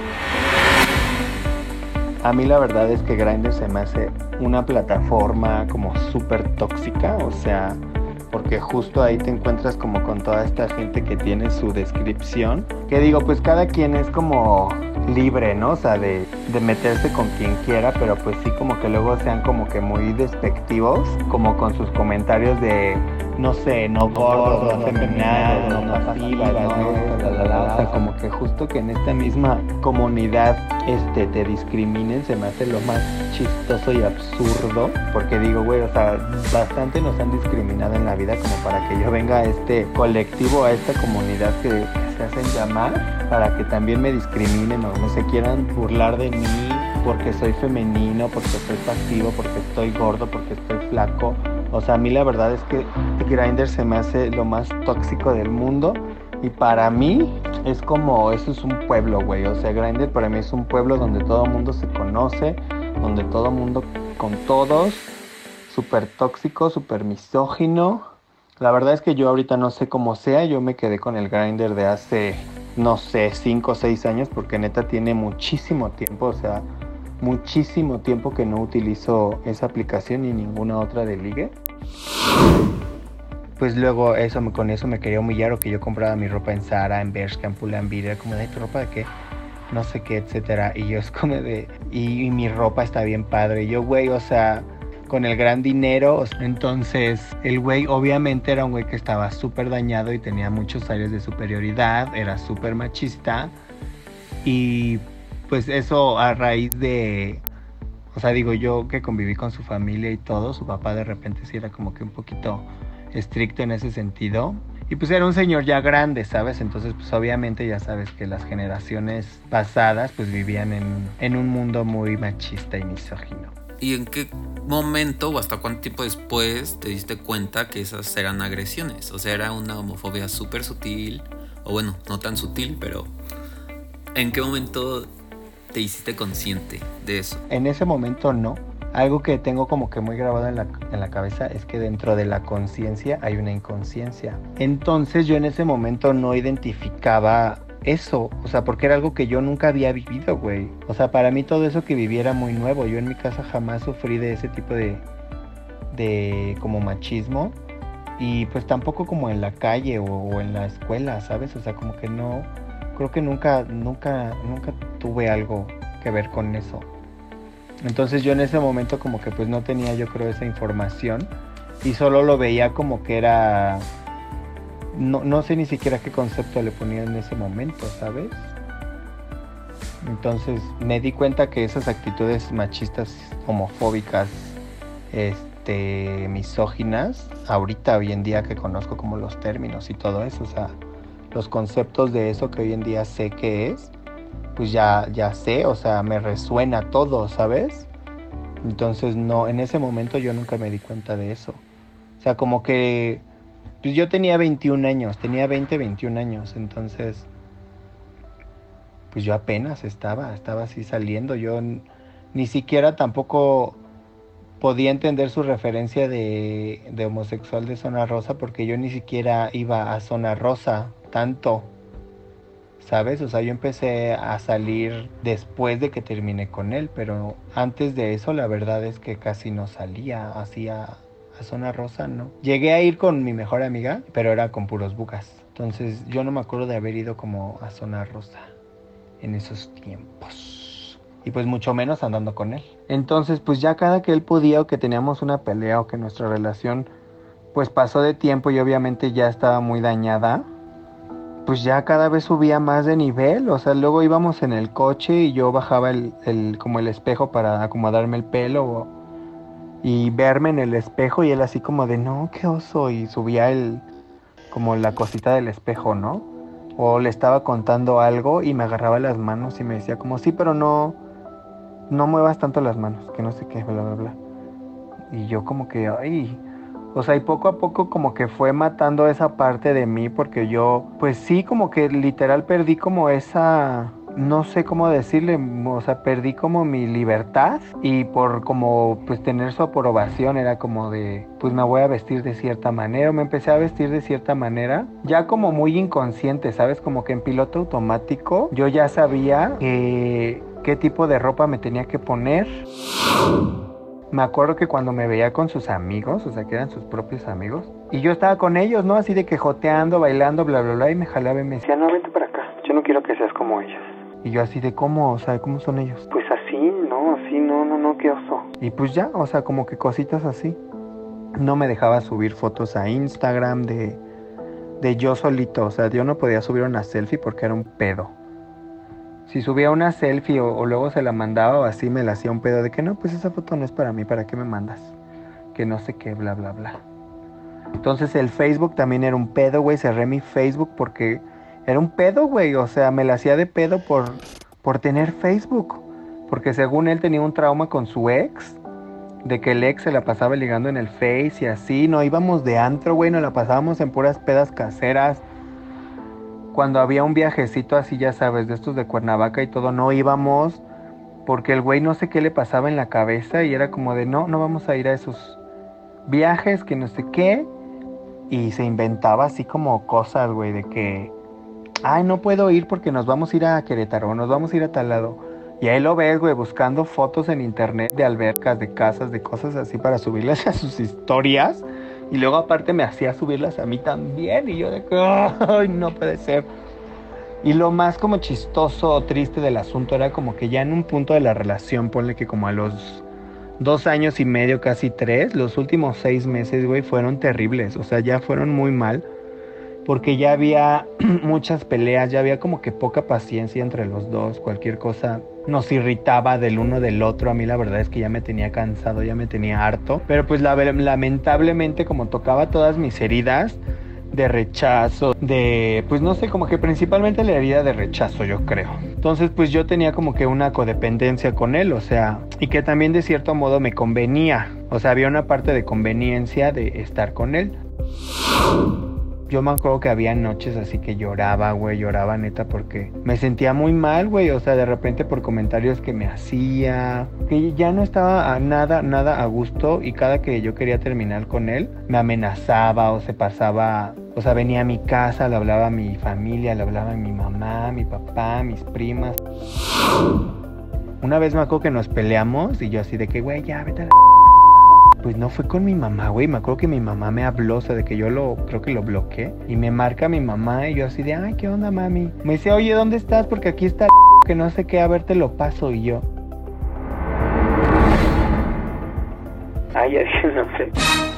A mí la verdad es que Grindr se me hace una plataforma como súper tóxica, o sea, porque justo ahí te encuentras como con toda esta gente que tiene su descripción, que digo, pues cada quien es como libre, ¿no? O sea, de meterse con quien quiera, pero pues sí como que luego sean como que muy despectivos, como con sus comentarios de, no sé, no gordo, no femenado, no pasiva, o sea, como que justo que en esta misma comunidad te discriminen, se me hace lo más chistoso y absurdo, porque digo, güey, o sea, bastante nos han discriminado en la vida como para que yo venga a este colectivo, a esta comunidad que se hacen llamar, para que también me discriminen o no se quieran burlar de mí porque soy femenino, porque soy pasivo, porque estoy gordo, porque estoy flaco. O sea, a mí la verdad es que Grindr se me hace lo más tóxico del mundo. Y para mí es como, eso es un pueblo, güey. O sea, Grindr para mí es un pueblo donde todo el mundo se conoce, donde todo el mundo con todos, súper tóxico, súper misógino. La verdad es que yo ahorita no sé cómo sea, yo me quedé con el Grindr de hace, no sé, 5 o 6 años, porque neta tiene muchísimo tiempo, o sea, muchísimo tiempo que no utilizo esa aplicación ni ninguna otra de ligue. Pues luego con eso me quería humillar, o que yo compraba mi ropa en Zara, en Bershka, en Pull&Bear, era como de, ¿tu ropa de qué? No sé qué, etcétera. Y yo es como de, y mi ropa está bien padre. Y yo, güey, o sea, con el gran dinero. Entonces, el güey obviamente era un güey que estaba súper dañado y tenía muchos aires de superioridad, era súper machista. Y pues eso a raíz de, o sea, digo yo que conviví con su familia y todo, su papá de repente sí era como que un poquito estricto en ese sentido. Y pues era un señor ya grande, ¿sabes? Entonces pues obviamente ya sabes que las generaciones pasadas pues vivían en un mundo muy machista y misógino. ¿Y en qué momento o hasta cuánto tiempo después te diste cuenta que esas eran agresiones? O sea, era una homofobia súper sutil, o bueno, no tan sutil, pero ¿en qué momento te hiciste consciente de eso? En ese momento no. Algo que tengo como que muy grabado en la cabeza es que dentro de la conciencia hay una inconsciencia. Entonces yo en ese momento no identificaba eso, o sea, porque era algo que yo nunca había vivido, güey. O sea, para mí todo eso que viví era muy nuevo. Yo en mi casa jamás sufrí de ese tipo de como machismo. Y pues tampoco como en la calle o en la escuela, ¿sabes? O sea, como que no, creo que nunca tuve algo que ver con eso. Entonces yo en ese momento como que pues no tenía, yo creo, esa información y solo lo veía como que era, no sé ni siquiera qué concepto le ponía en ese momento, ¿sabes? Entonces me di cuenta que esas actitudes machistas, homofóbicas, misóginas, ahorita hoy en día que conozco como los términos y todo eso, o sea, los conceptos de eso que hoy en día sé que es, pues ya sé, o sea, me resuena todo, ¿sabes? Entonces no, en ese momento yo nunca me di cuenta de eso. O sea, como que pues yo tenía 21 años, tenía 21 años, entonces pues yo apenas estaba así saliendo, yo ni siquiera tampoco podía entender su referencia de homosexual de Zona Rosa, porque yo ni siquiera iba a Zona Rosa tanto, ¿sabes? O sea, yo empecé a salir después de que terminé con él, pero antes de eso la verdad es que casi no salía así a Zona Rosa, ¿no? Llegué a ir con mi mejor amiga, pero era con puros bugas. Entonces yo no me acuerdo de haber ido como a Zona Rosa en esos tiempos. Y pues mucho menos andando con él. Entonces pues ya cada que él podía, o que teníamos una pelea, o que nuestra relación pues pasó de tiempo y obviamente ya estaba muy dañada, pues ya cada vez subía más de nivel. O sea, luego íbamos en el coche y yo bajaba como el espejo para acomodarme el pelo y verme en el espejo, y él así como de, no, qué oso, y subía como la cosita del espejo, ¿no? O le estaba contando algo y me agarraba las manos y me decía como, sí, pero no muevas tanto las manos, que no sé qué, bla, bla, bla. Y yo como que, ay, o sea, y poco a poco como que fue matando esa parte de mí, porque yo, pues sí, como que literal perdí como esa, no sé cómo decirle, o sea, perdí como mi libertad, y por como pues tener su aprobación era como de, pues me voy a vestir de cierta manera, o me empecé a vestir de cierta manera, ya como muy inconsciente, ¿sabes? Como que en piloto automático yo ya sabía qué tipo de ropa me tenía que poner. Me acuerdo que cuando me veía con sus amigos, o sea, que eran sus propios amigos, y yo estaba con ellos, ¿no? Así de que joteando, bailando, bla, bla, bla, y me jalaba y me decía, no, vente para acá, yo no quiero que seas como ellos. Y yo así de, ¿cómo? O sea, ¿cómo son ellos? Pues así, no, qué oso. Y pues ya, o sea, como que cositas así. No me dejaba subir fotos a Instagram de yo solito, o sea, yo no podía subir una selfie porque era un pedo. Si subía una selfie o luego se la mandaba o así, me la hacía un pedo de que no, pues esa foto no es para mí, ¿para qué me mandas? Que no sé qué, bla, bla, bla. Entonces el Facebook también era un pedo, güey. Cerré mi Facebook porque era un pedo, güey. O sea, me la hacía de pedo por tener Facebook. Porque según él tenía un trauma con su ex. de que el ex se la pasaba ligando en el Face y así, no íbamos de antro, güey, nos la pasábamos en puras pedas caseras. Cuando había un viajecito así, ya sabes, de estos de Cuernavaca y todo, no íbamos porque el güey no sé qué le pasaba en la cabeza y era como de no vamos a ir a esos viajes, que no sé qué. Y se inventaba así como cosas, güey, de que, ay, no puedo ir porque nos vamos a ir a Querétaro, nos vamos a ir a tal lado. Y ahí lo ves, güey, buscando fotos en internet de albercas, de casas, de cosas así para subirlas a sus historias. Y luego aparte me hacía subirlas a mí también. Y yo de que, ay, no puede ser. Y lo más como chistoso o triste del asunto era como que ya en un punto de la relación, ponle que como a los 2 años y medio, casi 3, los últimos 6 meses, güey, fueron terribles. O sea, ya fueron muy mal. Porque ya había muchas peleas, ya había como que poca paciencia entre los dos, cualquier cosa nos irritaba del uno del otro. A mí la verdad es que ya me tenía cansado, ya me tenía harto. Pero pues lamentablemente como tocaba todas mis heridas de rechazo, de pues no sé, como que principalmente la herida de rechazo, yo creo. Entonces pues yo tenía como que una codependencia con él, o sea, y que también de cierto modo me convenía. O sea, había una parte de conveniencia de estar con él. Yo me acuerdo que había noches así que lloraba, güey, lloraba neta porque me sentía muy mal, güey, o sea, de repente por comentarios que me hacía, que ya no estaba nada a gusto y cada que yo quería terminar con él, me amenazaba o se pasaba, o sea, venía a mi casa, le hablaba a mi familia, le hablaba a mi mamá, mi papá, mis primas. Una vez me acuerdo que nos peleamos y yo así de que, güey, ya, vete a la... Pues no fue con mi mamá, güey. Me acuerdo que mi mamá me habló, o sea, de que yo creo que lo bloqueé. Y me marca mi mamá y yo así de, ay, ¿qué onda, mami? Me dice, oye, ¿dónde estás? Porque aquí está que no sé qué, a ver, te lo paso. Y yo, ay, ya dije, no sé.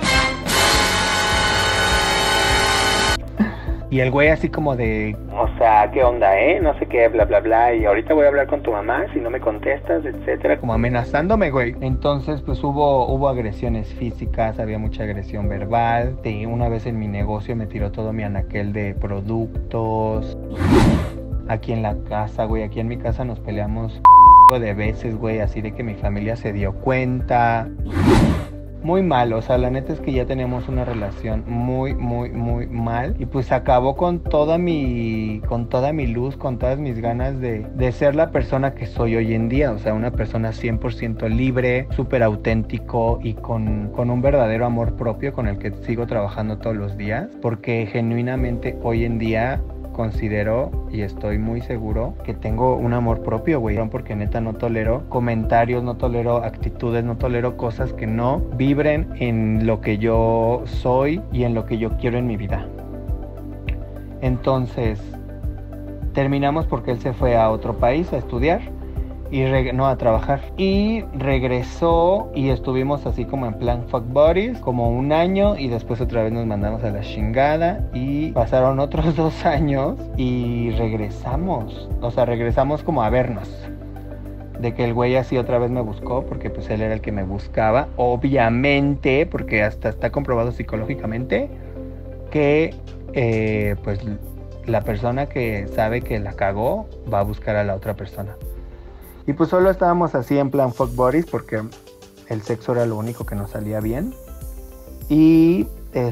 y el güey así como de, O sea, ¿qué onda, no sé qué, bla, bla, bla. Y ahorita voy a hablar con tu mamá si no me contestas, etcétera. como amenazándome, güey. Entonces, pues hubo agresiones físicas, había mucha agresión verbal. Una vez en mi negocio me tiró todo mi anaquel de productos. Aquí en la casa, güey, aquí en mi casa nos peleamos de veces, güey, así de que mi familia se dio cuenta. Muy mal, o sea, la neta es que ya teníamos una relación muy mal. Y pues acabó con toda mi luz, con todas mis ganas de ser la persona que soy hoy en día. O sea, una persona 100% libre, súper auténtico y con un verdadero amor propio con el que sigo trabajando todos los días. Porque genuinamente hoy en día considero y estoy muy seguro que tengo un amor propio, güey, porque neta no tolero comentarios, no tolero actitudes, no tolero cosas que no vibren en lo que yo soy y en lo que yo quiero en mi vida. Entonces terminamos porque él se fue a otro país a estudiar y no a trabajar, y regresó y estuvimos así como en plan fuck buddies como 1 año y después otra vez nos mandamos a la chingada y pasaron otros 2 años y regresamos, o sea, regresamos como a vernos, de que el güey así otra vez me buscó porque pues él era el que me buscaba, obviamente, porque hasta está comprobado psicológicamente que pues la persona que sabe que la cagó va a buscar a la otra persona. Y pues solo estábamos así en plan fuck buddies porque el sexo era lo único que nos salía bien. Y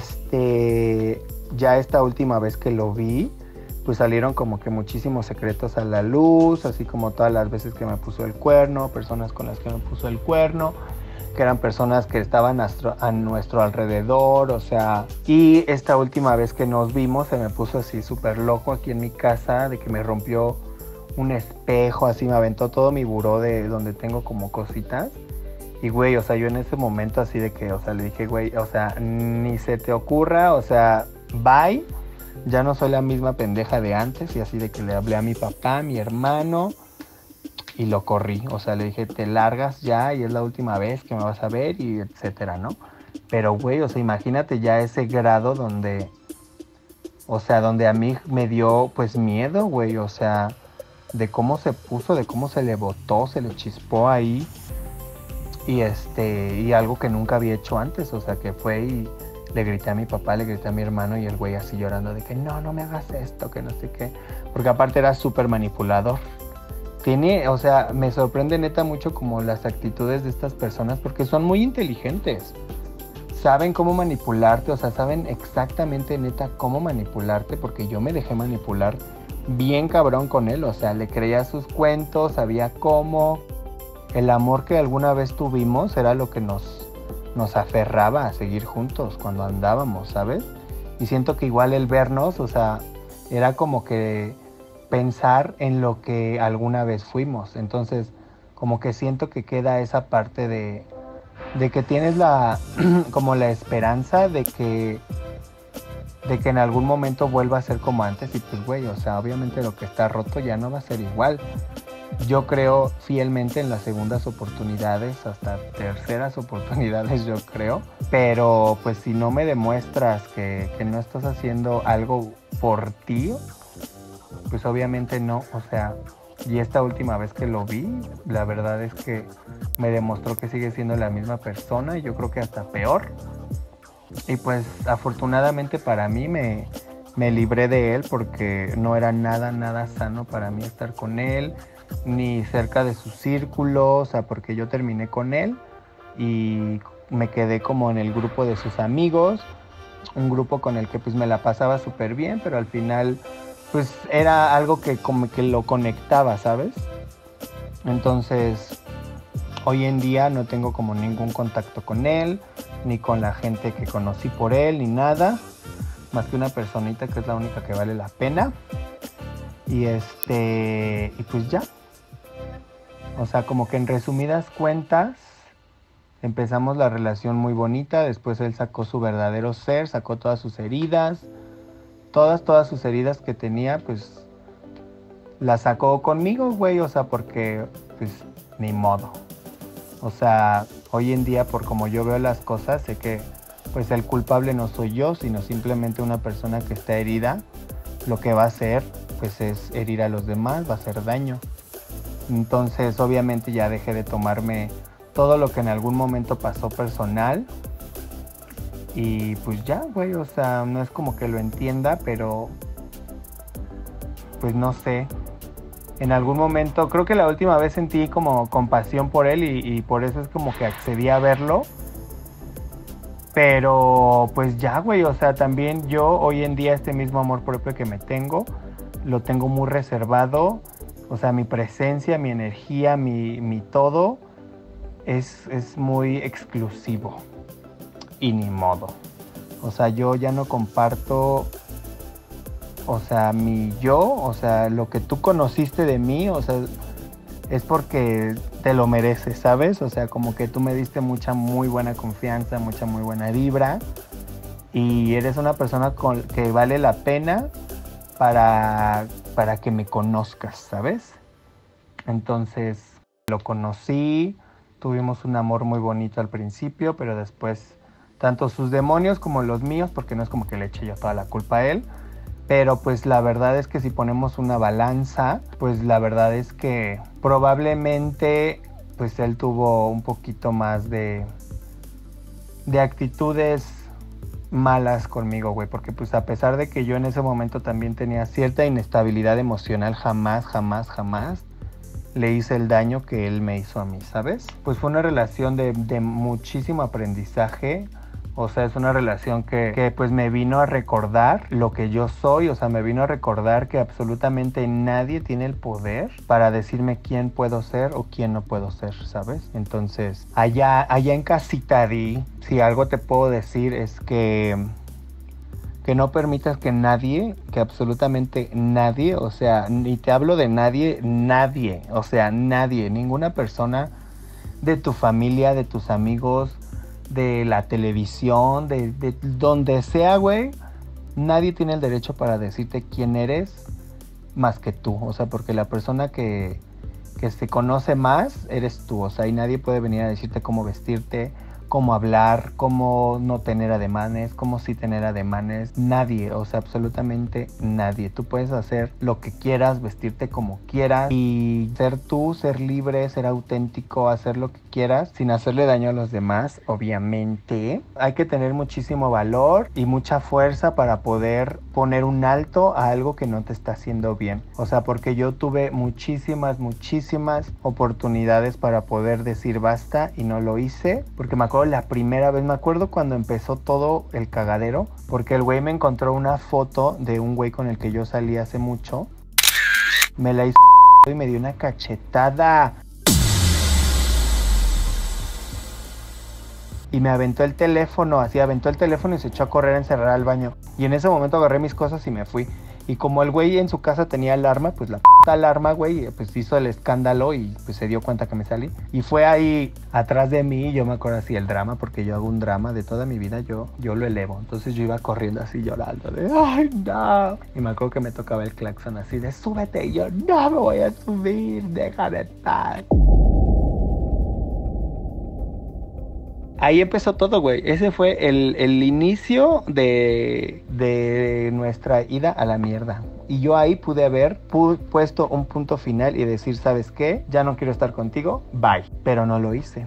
ya esta última vez que lo vi, pues salieron como que muchísimos secretos a la luz, así como todas las veces que me puso el cuerno, personas con las que me puso el cuerno, que eran personas que estaban a nuestro alrededor, o sea, y esta última vez que nos vimos se me puso así súper loco aquí en mi casa, de que me rompió un espejo, así me aventó todo mi buró de donde tengo como cositas. Y güey, o sea, yo en ese momento así de que, o sea, le dije, güey, o sea, ni se te ocurra, o sea, bye, ya no soy la misma pendeja de antes. Y así de que le hablé a mi papá, a mi hermano, y lo corrí. O sea, le dije, te largas ya y es la última vez que me vas a ver y etcétera, ¿no? Pero güey, o sea, imagínate ya ese grado donde, o sea, donde a mí me dio pues miedo, güey, o sea, de cómo se puso, de cómo se le botó, se le chispó ahí. Y algo que nunca había hecho antes, o sea, que fue y le grité a mi papá, le grité a mi hermano y el güey así llorando de que no me hagas esto, que no sé qué. Porque aparte era súper manipulador. o sea, me sorprende neta mucho como las actitudes de estas personas porque son muy inteligentes. Saben cómo manipularte, o sea, saben exactamente neta cómo manipularte porque yo me dejé manipular bien cabrón con él, o sea, le creía sus cuentos, sabía cómo. El amor que alguna vez tuvimos era lo que nos aferraba a seguir juntos cuando andábamos, ¿sabes? Y siento que igual el vernos, o sea, era como que pensar en lo que alguna vez fuimos. Entonces, como que siento que queda esa parte de que tienes como la esperanza de que en algún momento vuelva a ser como antes. Y pues, güey, o sea, obviamente lo que está roto ya no va a ser igual. Yo creo fielmente en las segundas oportunidades, hasta terceras oportunidades yo creo. Pero pues si no me demuestras que no estás haciendo algo por ti, pues obviamente no, o sea, y esta última vez que lo vi, la verdad es que me demostró que sigue siendo la misma persona y yo creo que hasta peor. Y pues afortunadamente para mí me libré de él porque no era nada sano para mí estar con él, ni cerca de su círculo, o sea, porque yo terminé con él y me quedé como en el grupo de sus amigos, un grupo con el que pues me la pasaba súper bien, pero al final pues era algo que como que lo conectaba, ¿sabes? Entonces, hoy en día no tengo como ningún contacto con él, ni con la gente que conocí por él, ni nada, más que una personita que es la única que vale la pena. Y pues ya. O sea, como que en resumidas cuentas, empezamos la relación muy bonita, después él sacó su verdadero ser, sacó todas sus heridas, todas sus heridas que tenía, pues las sacó conmigo, güey, o sea, porque pues ni modo. O sea, hoy en día, por como yo veo las cosas, sé que pues el culpable no soy yo, sino simplemente una persona que está herida. Lo que va a hacer pues es herir a los demás, va a hacer daño. Entonces obviamente ya dejé de tomarme todo lo que en algún momento pasó personal. Y pues ya, güey, o sea, no es como que lo entienda, pero pues no sé. En algún momento, creo que la última vez sentí como compasión por él y por eso es como que accedí a verlo. Pero pues ya, güey, o sea, también yo hoy en día este mismo amor propio que me tengo, lo tengo muy reservado. O sea, mi presencia, mi energía, mi todo es muy exclusivo. Y ni modo. O sea, yo ya no comparto, o sea, mi yo, o sea, lo que tú conociste de mí, o sea, es porque te lo mereces, ¿sabes? O sea, como que tú me diste mucha muy buena confianza, mucha muy buena vibra y eres una persona que vale la pena para que me conozcas, ¿sabes? Entonces, lo conocí, tuvimos un amor muy bonito al principio, pero después tanto sus demonios como los míos, porque no es como que le eche yo toda la culpa a él, pero pues la verdad es que si ponemos una balanza, pues la verdad es que probablemente pues él tuvo un poquito más de actitudes malas conmigo, güey, porque pues a pesar de que yo en ese momento también tenía cierta inestabilidad emocional, jamás le hice el daño que él me hizo a mí, ¿sabes? Pues fue una relación de muchísimo aprendizaje. O sea, es una relación que pues me vino a recordar lo que yo soy. O sea, me vino a recordar que absolutamente nadie tiene el poder para decirme quién puedo ser o quién no puedo ser, ¿sabes? Entonces, allá en casita, Di, si algo te puedo decir es que no permitas que nadie, que absolutamente nadie, o sea, ni te hablo de nadie, o sea, nadie, ninguna persona de tu familia, de tus amigos, de la televisión, de donde sea, güey, nadie tiene el derecho para decirte quién eres más que tú. O sea, porque la persona que se conoce más eres tú. O sea, y nadie puede venir a decirte cómo vestirte, cómo hablar, cómo no tener ademanes, cómo sí tener ademanes. Nadie, o sea, absolutamente nadie. Tú puedes hacer lo que quieras, vestirte como quieras y ser tú, ser libre, ser auténtico, hacer lo que quieras sin hacerle daño a los demás, obviamente. Hay que tener muchísimo valor y mucha fuerza para poder poner un alto a algo que no te está haciendo bien. O sea, porque yo tuve muchísimas oportunidades para poder decir basta y no lo hice, porque me acuerdo la primera vez, me acuerdo cuando empezó todo el cagadero, porque el güey me encontró una foto de un güey con el que yo salí hace mucho, me la hizo y me dio una cachetada y me aventó el teléfono, así aventó el teléfono y se echó a correr a encerrar al baño, y en ese momento agarré mis cosas y me fui. Y como el güey en su casa tenía alarma, pues la alarma, güey, pues hizo el escándalo y pues se dio cuenta que me salí. Y fue ahí atrás de mí, yo me acuerdo así el drama, porque yo hago un drama de toda mi vida, yo lo elevo. Entonces yo iba corriendo así llorando de ¡ay, no! Y me acuerdo que me tocaba el claxon así de ¡súbete! Y yo ¡no me voy a subir! ¡Déjame estar! Ahí empezó todo, güey. Ese fue el inicio de nuestra ida a la mierda. Y yo ahí pude haber puesto un punto final y decir, ¿sabes qué? Ya no quiero estar contigo, bye. Pero no lo hice.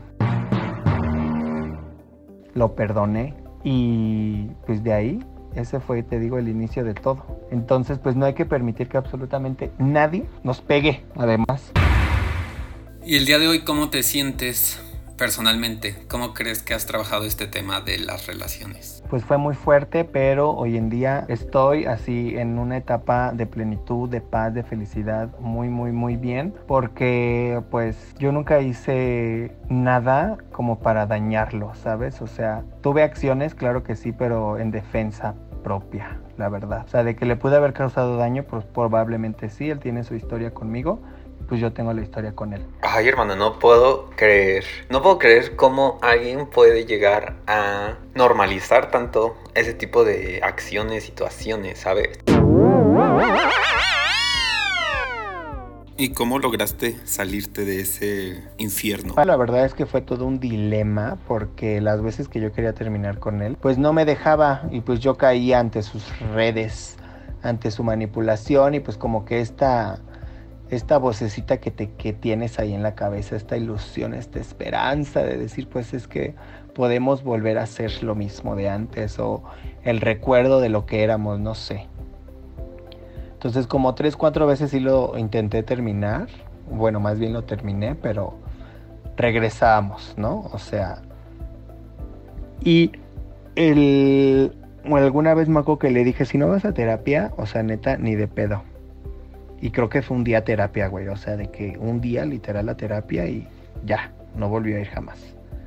Lo perdoné. Y pues de ahí, ese fue, te digo, el inicio de todo. Entonces, pues no hay que permitir que absolutamente nadie nos pegue, además. Y el día de hoy, ¿cómo te sientes? Personalmente, ¿cómo crees que has trabajado este tema de las relaciones? Pues fue muy fuerte, pero hoy en día estoy así en una etapa de plenitud, de paz, de felicidad, muy bien, porque pues yo nunca hice nada como para dañarlo, ¿sabes? O sea, tuve acciones, claro que sí, pero en defensa propia, la verdad. O sea, de que le pude haber causado daño, pues probablemente sí, él tiene su historia conmigo, pues yo tengo la historia con él. Ay, hermano, no puedo creer cómo alguien puede llegar a normalizar tanto ese tipo de acciones, situaciones, ¿sabes? ¿Y cómo lograste salirte de ese infierno? La verdad es que fue todo un dilema, porque las veces que yo quería terminar con él, pues no me dejaba, y pues yo caía ante sus redes, ante su manipulación, y pues como que esta vocecita que tienes ahí en la cabeza, esta ilusión, esta esperanza de decir, pues es que podemos volver a ser lo mismo de antes, o el recuerdo de lo que éramos, no sé. Entonces como 3-4 veces sí lo intenté terminar, bueno, más bien lo terminé, pero regresamos, ¿no? O sea, y alguna vez me acuerdo que le dije, si no vas a terapia, o sea, neta, ni de pedo. Y creo que fue un día terapia, güey. O sea, de que un día literal la terapia y ya, no volvió a ir jamás.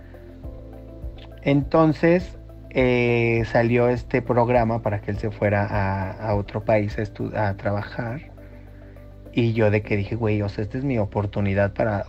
Entonces salió este programa para que él se fuera a otro país a trabajar. Y yo de que dije, güey, o sea, esta es mi oportunidad para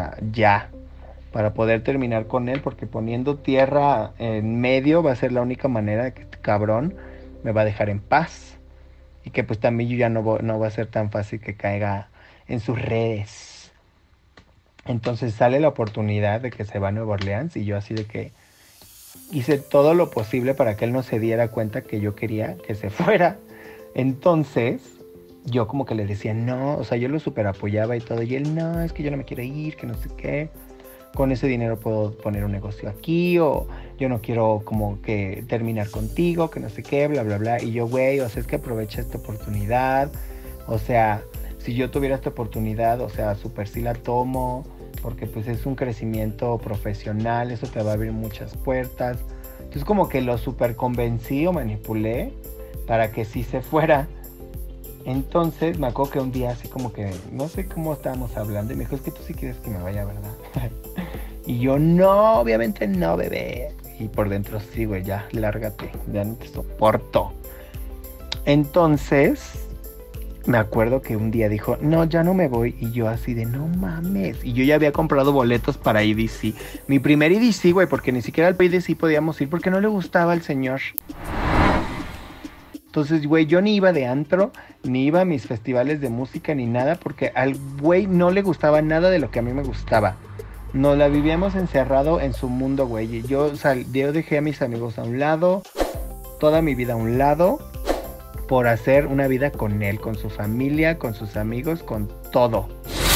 poder terminar con él. Porque poniendo tierra en medio va a ser la única manera que este cabrón me va a dejar en paz. Y que pues también yo ya no va a ser tan fácil que caiga en sus redes. Entonces sale la oportunidad de que se va a Nueva Orleans y yo así de que hice todo lo posible para que él no se diera cuenta que yo quería que se fuera. Entonces yo como que le decía no, o sea, yo lo súper apoyaba y todo. Y él, no, es que yo no me quiero ir, que no sé qué. Con ese dinero puedo poner un negocio aquí, o yo no quiero como que terminar contigo, que no sé qué, bla, bla, bla. Y yo, güey, o sea, es que aprovecha esta oportunidad. O sea, si yo tuviera esta oportunidad, o sea, súper sí la tomo, porque pues es un crecimiento profesional, eso te va a abrir muchas puertas. Entonces como que lo súper convencí o manipulé para que sí se fuera. Entonces me acuerdo que un día así como que, no sé cómo estábamos hablando, y me dijo, es que tú sí quieres que me vaya, ¿verdad? Y yo, no, obviamente no, bebé. Y por dentro, sí, güey, ya, lárgate, ya no te soporto. Entonces, me acuerdo que un día dijo, no, ya no me voy. Y yo así de, no mames. Y yo ya había comprado boletos para EDC. Mi primer EDC, güey, porque ni siquiera al EDC podíamos ir porque no le gustaba al señor. Entonces, güey, yo ni iba de antro, ni iba a mis festivales de música, ni nada, porque al güey no le gustaba nada de lo que a mí me gustaba. Nos la vivíamos encerrado en su mundo, güey. Yo dejé a mis amigos a un lado, toda mi vida a un lado, por hacer una vida con él, con su familia, con sus amigos, con todo.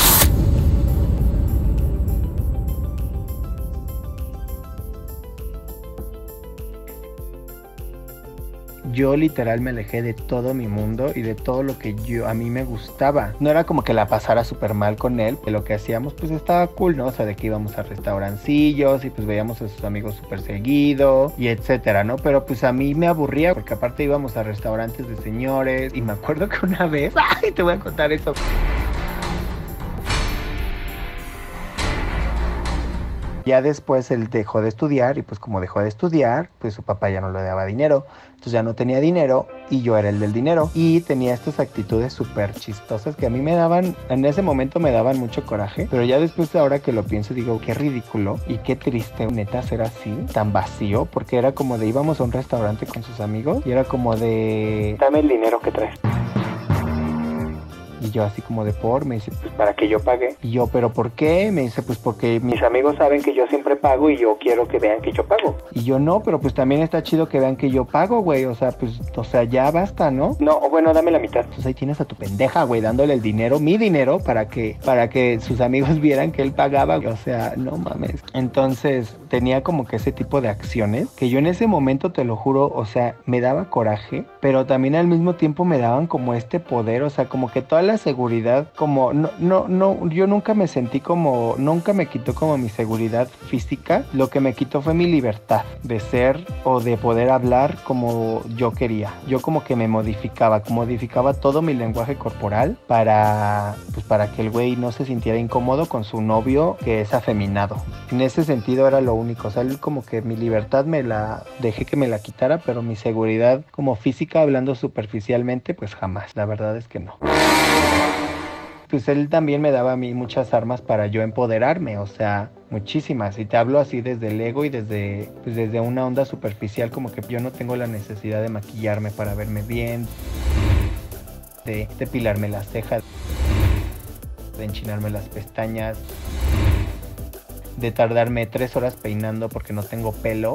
Yo literal me alejé de todo mi mundo y de todo lo que a mí me gustaba. No era como que la pasara súper mal con él, que lo que hacíamos pues estaba cool, ¿no? O sea, de que íbamos a restaurancillos y pues veíamos a sus amigos súper seguido y etcétera, ¿no? Pero pues a mí me aburría porque aparte íbamos a restaurantes de señores y me acuerdo que una vez, ¡ay! Te voy a contar eso. Ya después él dejó de estudiar y pues como dejó de estudiar, pues su papá ya no le daba dinero. Entonces ya no tenía dinero y yo era el del dinero. Y tenía estas actitudes súper chistosas que a mí me daban, en ese momento me daban mucho coraje. Pero ya después, ahora que lo pienso, digo, qué ridículo y qué triste neta ser así, tan vacío. Porque era como de íbamos a un restaurante con sus amigos y era como de... Dame el dinero que traes. Y yo así como de me dice, pues para que yo pague. Y yo, ¿pero por qué? Me dice, pues porque mis amigos saben que yo siempre pago y yo quiero que vean que yo pago. Y yo, no, pero pues también está chido que vean que yo pago, güey. O sea, pues, ya basta, ¿no? No, bueno, dame la mitad. Pues ahí tienes a tu pendeja, güey, dándole el dinero, mi dinero, para que sus amigos vieran que él pagaba. O sea, no mames. Entonces, tenía como que ese tipo de acciones que yo en ese momento, te lo juro, o sea, me daba coraje, pero también al mismo tiempo me daban como este poder, o sea, como que toda la seguridad, como no, yo nunca me sentí como, nunca me quitó como mi seguridad física, lo que me quitó fue mi libertad de ser o de poder hablar como yo quería. Yo como que me modificaba todo mi lenguaje corporal para que el güey no se sintiera incómodo con su novio que es afeminado. En ese sentido era lo único, o sea, como que mi libertad me la dejé que me la quitara, pero mi seguridad como física, hablando superficialmente, pues jamás, la verdad es que no. Pues él también me daba a mí muchas armas para yo empoderarme, o sea, muchísimas. Y te hablo así desde el ego y desde una onda superficial, como que yo no tengo la necesidad de maquillarme para verme bien, de depilarme las cejas, de enchinarme las pestañas, de tardarme 3 horas peinando porque no tengo pelo.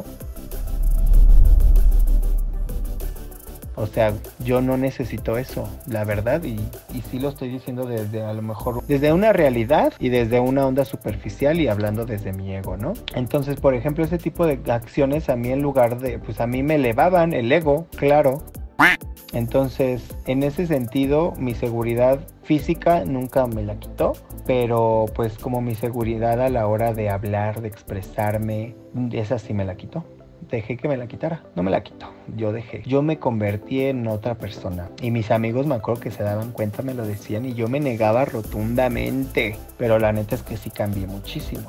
O sea, yo no necesito eso, la verdad, y sí lo estoy diciendo desde, a lo mejor, desde una realidad y desde una onda superficial y hablando desde mi ego, ¿no? Entonces, por ejemplo, ese tipo de acciones a mí, en lugar de, pues a mí me elevaban el ego, claro. Entonces, en ese sentido, mi seguridad física nunca me la quitó, pero pues como mi seguridad a la hora de hablar, de expresarme, esa sí me la quitó. Dejé que me la quitara, no me la quitó, yo me convertí en otra persona y mis amigos, me acuerdo que se daban cuenta, me lo decían y yo me negaba rotundamente, pero la neta es que sí cambié muchísimo.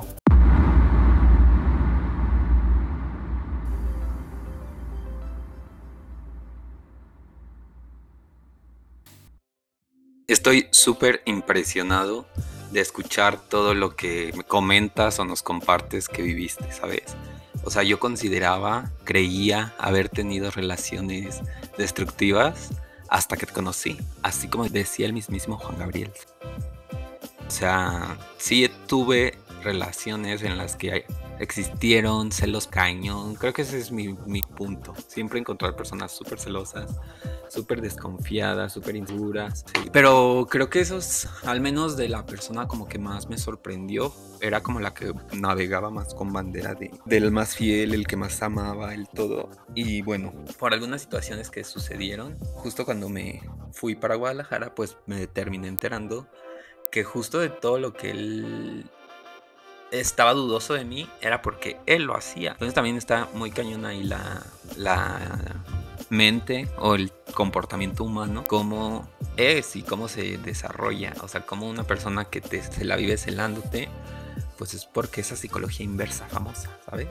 Estoy súper impresionado de escuchar todo lo que me comentas o nos compartes que viviste, ¿sabes? O sea, yo creía haber tenido relaciones destructivas hasta que te conocí, así como decía el mismísimo Juan Gabriel. O sea, sí tuve relaciones en las que existieron celos cañón. Creo que ese es mi punto. Siempre encontrar personas súper celosas, súper desconfiadas, súper inseguras. Sí. Pero creo que eso es, al menos de la persona como que más me sorprendió, era como la que navegaba más con bandera del más fiel, el que más amaba, el todo. Y bueno, por algunas situaciones que sucedieron, justo cuando me fui para Guadalajara, pues me terminé enterando que justo de todo lo que él estaba dudoso de mí era porque él lo hacía. Entonces también está muy cañón ahí la mente o el comportamiento humano, cómo es y cómo se desarrolla. O sea, como una persona que se la vive celándote, pues es porque esa psicología inversa famosa, ¿sabes?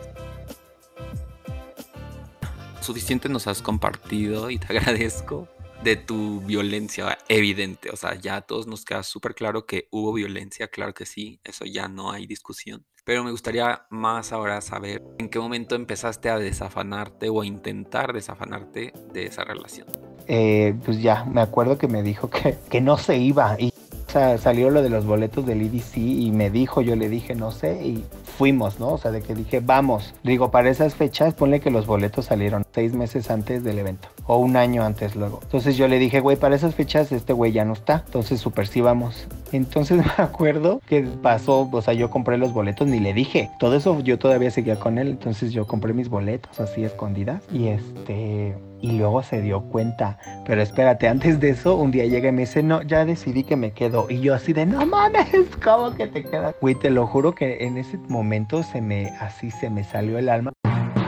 Suficiente nos has compartido y te agradezco de tu violencia evidente. O sea, ya a todos nos queda súper claro que hubo violencia, claro que sí, eso ya no hay discusión. Pero me gustaría más ahora saber en qué momento empezaste a desafanarte o a intentar desafanarte de esa relación. Pues ya, me acuerdo que me dijo que no se iba O sea, salió lo de los boletos del EDC y me dijo, yo le dije, no sé, y fuimos, ¿no? O sea, de que dije, vamos. Digo, para esas fechas, ponle que los boletos salieron 6 meses antes del evento. O un año antes luego. Entonces yo le dije, güey, para esas fechas este güey ya no está. Entonces súper sí vamos. Entonces me acuerdo que pasó, o sea, yo compré los boletos, ni le dije. Todo eso yo todavía seguía con él. Entonces yo compré mis boletos así escondidas. Y luego se dio cuenta. Pero espérate, antes de eso, un día llega y me dice, no, ya decidí que me quedo. Y yo así de, no mames, ¿cómo que te quedas? Güey, te lo juro que en ese momento se me salió el alma.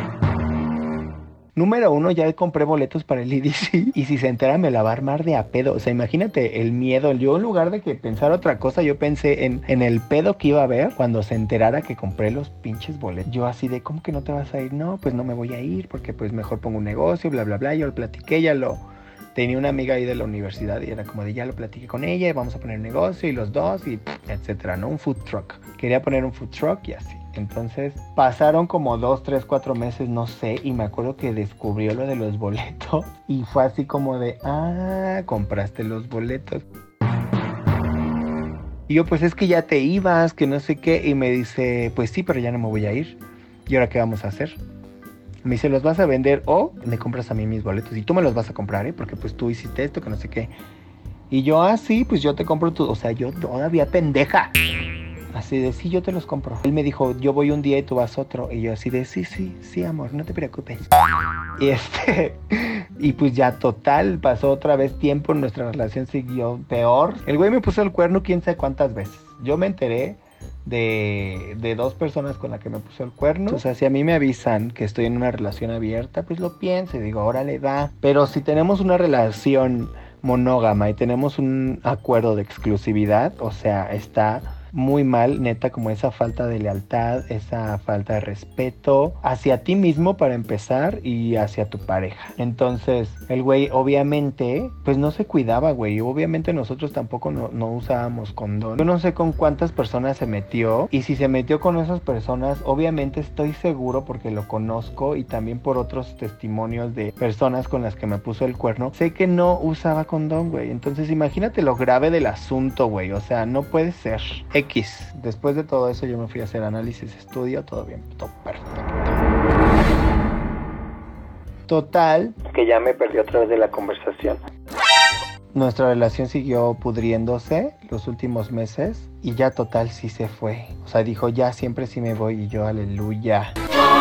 Número 1, ya compré boletos para el EDC y si se entera me la va a armar de a pedo. O sea, imagínate el miedo. Yo en lugar de que pensar otra cosa, yo pensé en el pedo que iba a haber cuando se enterara que compré los pinches boletos. Yo así de, ¿cómo que no te vas a ir? No, pues no me voy a ir porque pues mejor pongo un negocio, bla, bla, bla. Yo lo platiqué, tenía una amiga ahí de la universidad y era como de, ya lo platiqué con ella y vamos a poner negocio y los dos y etcétera, ¿no? Un food truck. Quería poner un food truck y así. Entonces pasaron como 2, 3, 4 meses, no sé, y me acuerdo que descubrió lo de los boletos y fue así como de, compraste los boletos. Y yo, pues es que ya te ibas, que no sé qué, y me dice, pues sí, pero ya no me voy a ir. ¿Y ahora qué vamos a hacer? Me dice, ¿los vas a vender o me compras a mí mis boletos? Y tú me los vas a comprar, porque pues tú hiciste esto, que no sé qué. Y yo, sí, pues yo te compro tu... O sea, yo todavía pendeja. Así de, sí, yo te los compro. Él me dijo, yo voy un día y tú vas otro. Y yo así de, sí, amor, no te preocupes. Y pues ya total, pasó otra vez tiempo, nuestra relación siguió peor. El güey me puso el cuerno quién sabe cuántas veces. Yo me enteré de 2 personas con las que me puso el cuerno. O sea, si a mí me avisan que estoy en una relación abierta, pues lo pienso y digo, órale, va. Pero si tenemos una relación monógama y tenemos un acuerdo de exclusividad, o sea, está muy mal, neta, como esa falta de lealtad, esa falta de respeto hacia ti mismo para empezar y hacia tu pareja. Entonces, el güey obviamente, pues no se cuidaba, güey. Obviamente nosotros tampoco no usábamos condón. Yo no sé con cuántas personas se metió y si se metió con esas personas, obviamente estoy seguro porque lo conozco y también por otros testimonios de personas con las que me puso el cuerno, sé que no usaba condón, güey. Entonces, imagínate lo grave del asunto, güey. O sea, no puede ser. Después de todo eso yo me fui a hacer análisis, estudio, todo bien, todo perfecto. Total, que ya me perdí otra vez de la conversación. Nuestra relación siguió pudriéndose los últimos meses y ya total sí se fue. O sea, dijo, ya siempre sí me voy y yo, aleluya.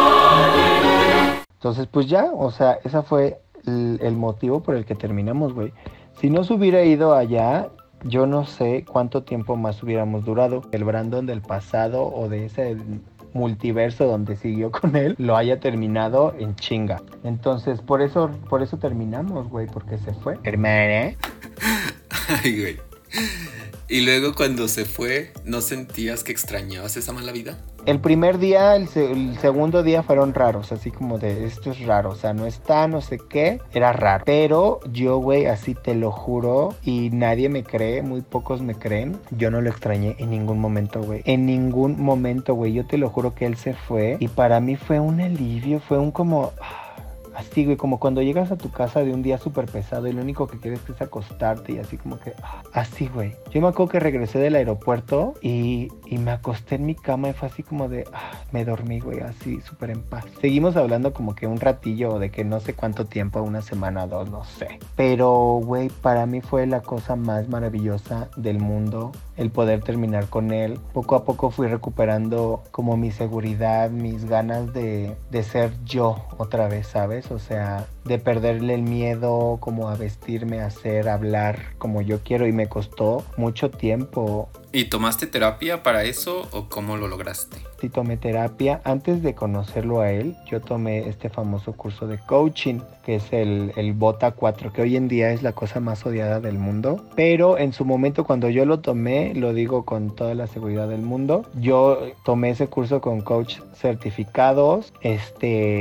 Entonces pues ya, o sea, ese fue el motivo por el que terminamos, güey. Si no se hubiera ido allá, yo no sé cuánto tiempo más hubiéramos durado. El Brandon del pasado o de ese multiverso donde siguió con él lo haya terminado en chinga. Entonces, por eso terminamos, güey, porque se fue. Hermana. Ay, güey. Y luego cuando se fue, ¿no sentías que extrañabas esa mala vida? El primer día, el segundo día fueron raros, así como de, esto es raro, o sea, no está, no sé qué, era raro. Pero yo, güey, así te lo juro, y nadie me cree, muy pocos me creen, yo no lo extrañé en ningún momento, güey. En ningún momento, güey, yo te lo juro que él se fue, y para mí fue un alivio, fue un como... Así, güey, como cuando llegas a tu casa de un día súper pesado y lo único que quieres es acostarte y así como que... Así, güey. Yo me acuerdo que regresé del aeropuerto y me acosté en mi cama y fue así como de... me dormí, güey, así súper en paz. Seguimos hablando como que un ratillo de que no sé cuánto tiempo, una semana, 2, no sé. Pero, güey, para mí fue la cosa más maravillosa del mundo el poder terminar con él. Poco a poco fui recuperando como mi seguridad, mis ganas de ser yo otra vez, ¿sabes? O sea, de perderle el miedo como a vestirme, a hacer, a hablar como yo quiero y me costó mucho tiempo. ¿Y tomaste terapia para eso o cómo lo lograste? Sí, tomé terapia. Antes de conocerlo a él, yo tomé este famoso curso de coaching, que es el Bota 4, que hoy en día es la cosa más odiada del mundo. Pero en su momento cuando yo lo tomé, lo digo con toda la seguridad del mundo, yo tomé ese curso con coach certificados,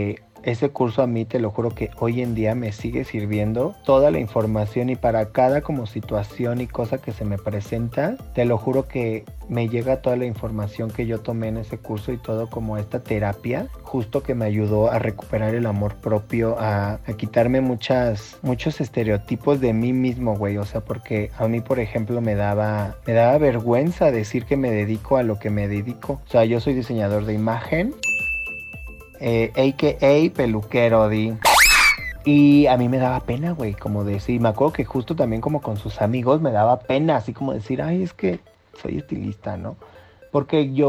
ese curso a mí, te lo juro que hoy en día me sigue sirviendo toda la información, y para cada como situación y cosa que se me presenta, te lo juro que me llega toda la información que yo tomé en ese curso y todo como esta terapia, justo que me ayudó a recuperar el amor propio, a quitarme muchos estereotipos de mí mismo, güey. O sea, porque a mí, por ejemplo, me daba vergüenza decir que me dedico a lo que me dedico. O sea, yo soy diseñador de imagen, a.k.a. peluquero, di. Y a mí me daba pena, güey, como decir, me acuerdo que justo también como con sus amigos me daba pena, así como decir, ay, es que soy estilista, ¿no? Porque yo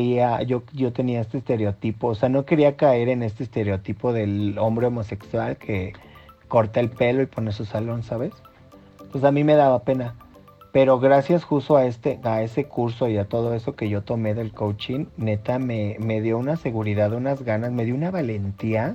tenía este estereotipo, o sea, no quería caer en este estereotipo del hombre homosexual que corta el pelo y pone su salón, ¿sabes? Pues a mí me daba pena. Pero gracias justo a ese curso y a todo eso que yo tomé del coaching, neta me dio una seguridad, unas ganas, me dio una valentía,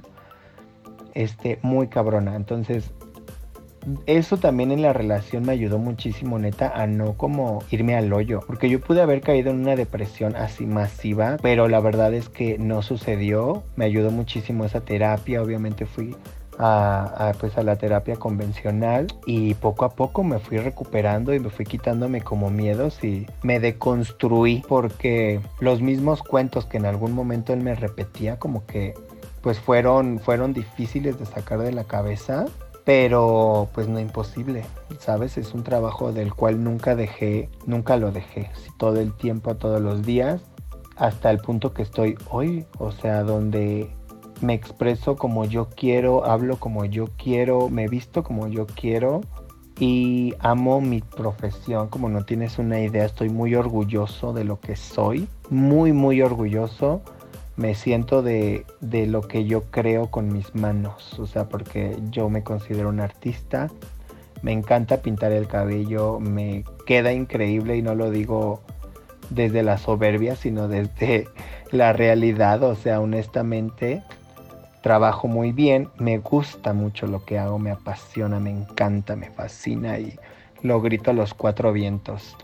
muy cabrona. Entonces, eso también en la relación me ayudó muchísimo, neta, a no como irme al hoyo. Porque yo pude haber caído en una depresión así masiva, pero la verdad es que no sucedió. Me ayudó muchísimo esa terapia, obviamente fui pues a la terapia convencional y poco a poco me fui recuperando y me fui quitándome como miedos y me deconstruí, porque los mismos cuentos que en algún momento él me repetía como que pues fueron difíciles de sacar de la cabeza, pero pues no imposible, ¿sabes? Es un trabajo del cual nunca lo dejé, todo el tiempo, todos los días, hasta el punto que estoy hoy, o sea, donde me expreso como yo quiero, hablo como yo quiero, me visto como yo quiero y amo mi profesión como no tienes una idea. Estoy muy orgulloso de lo que soy, muy muy orgulloso. Me siento de lo que yo creo con mis manos, o sea, porque yo me considero un artista, me encanta pintar el cabello, me queda increíble y no lo digo desde la soberbia, sino desde la realidad. O sea, honestamente trabajo muy bien, me gusta mucho lo que hago, me apasiona, me encanta, me fascina y lo grito a los cuatro vientos.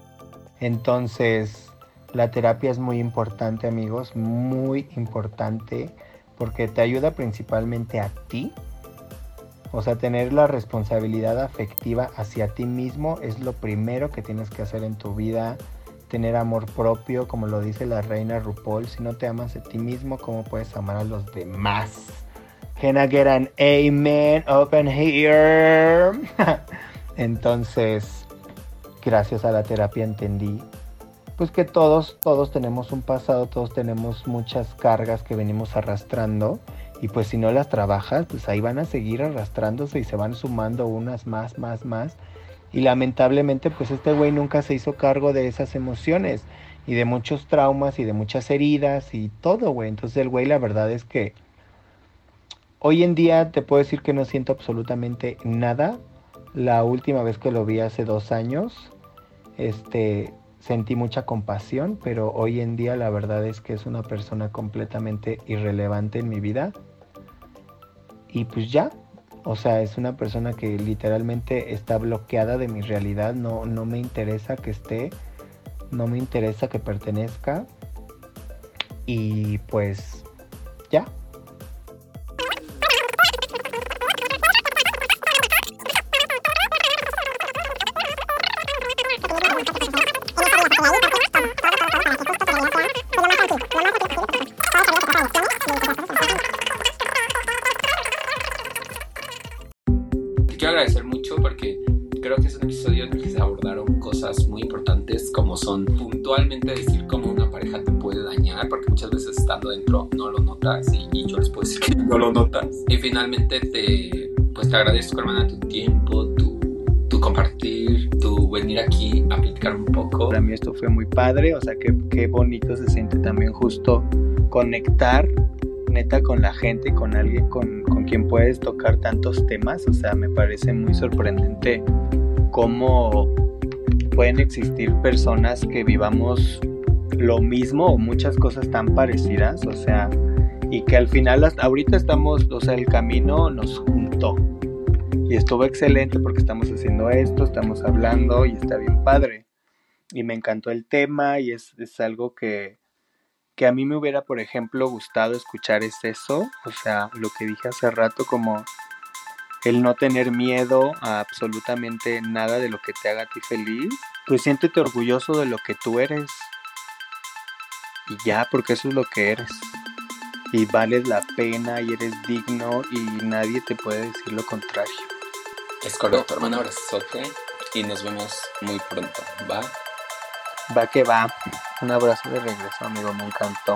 Entonces, la terapia es muy importante, amigos, muy importante, porque te ayuda principalmente a ti. O sea, tener la responsabilidad afectiva hacia ti mismo es lo primero que tienes que hacer en tu vida. Tener amor propio, como lo dice la reina RuPaul. Si no te amas a ti mismo, ¿cómo puedes amar a los demás? Can I get an amen open here? Entonces, gracias a la terapia entendí pues que todos tenemos un pasado, todos tenemos muchas cargas que venimos arrastrando, y pues si no las trabajas, pues ahí van a seguir arrastrándose y se van sumando unas más. Y lamentablemente pues este güey nunca se hizo cargo de esas emociones y de muchos traumas y de muchas heridas y todo, güey. Entonces el güey, la verdad es que hoy en día te puedo decir que no siento absolutamente nada. La última vez que lo vi hace 2 años, sentí mucha compasión, pero hoy en día la verdad es que es una persona completamente irrelevante en mi vida. Y pues ya, o sea, es una persona que literalmente está bloqueada de mi realidad. No me interesa que esté, no me interesa que pertenezca. Y pues ya. Te quiero agradecer mucho porque creo que es un episodio en el que se abordaron cosas muy importantes, como son puntualmente decir cómo una pareja te puede dañar, porque muchas veces estando dentro no lo notas, y yo les puedo decir que no lo notas. Y finalmente te agradezco, hermana, tu tiempo, tu compartir, tu venir aquí a platicar un poco. Para mí esto fue muy padre, o sea, qué bonito se siente también justo conectar neta con la gente, con alguien con quien puedes tocar tantos temas. O sea, me parece muy sorprendente cómo pueden existir personas que vivamos lo mismo o muchas cosas tan parecidas, o sea, y que al final hasta ahorita estamos, o sea, el camino nos juntó y estuvo excelente porque estamos haciendo esto, estamos hablando y está bien padre y me encantó el tema y es algo que que a mí me hubiera, por ejemplo, gustado escuchar es eso, o sea, lo que dije hace rato, como el no tener miedo a absolutamente nada de lo que te haga a ti feliz. Pues siéntete orgulloso de lo que tú eres. Y ya, porque eso es lo que eres. Y vales la pena y eres digno y nadie te puede decir lo contrario. Es correcto, hermano. Un abrazote y nos vemos muy pronto, ¿va? Va que va. Un abrazo de regreso, amigo, me encantó.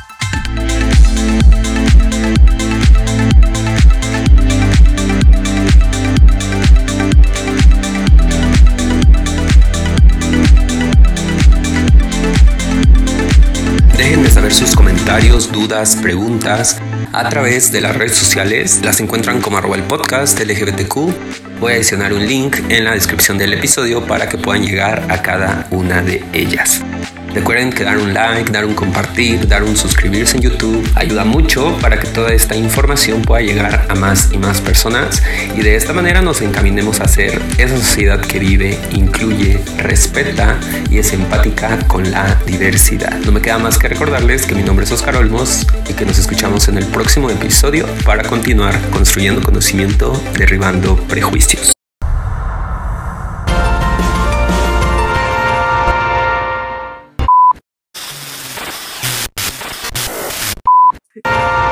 Déjenme saber sus comentarios, dudas, preguntas a través de las redes sociales. Las encuentran como @el_podcast LGBTQ. Voy a adicionar un link en la descripción del episodio para que puedan llegar a cada una de ellas. Recuerden que dar un like, dar un compartir, dar un suscribirse en YouTube ayuda mucho para que toda esta información pueda llegar a más y más personas y de esta manera nos encaminemos a ser esa sociedad que vive, incluye, respeta y es empática con la diversidad. No me queda más que recordarles que mi nombre es Oscar Olmos y que nos escuchamos en el próximo episodio para continuar construyendo conocimiento, derribando prejuicios. Sí.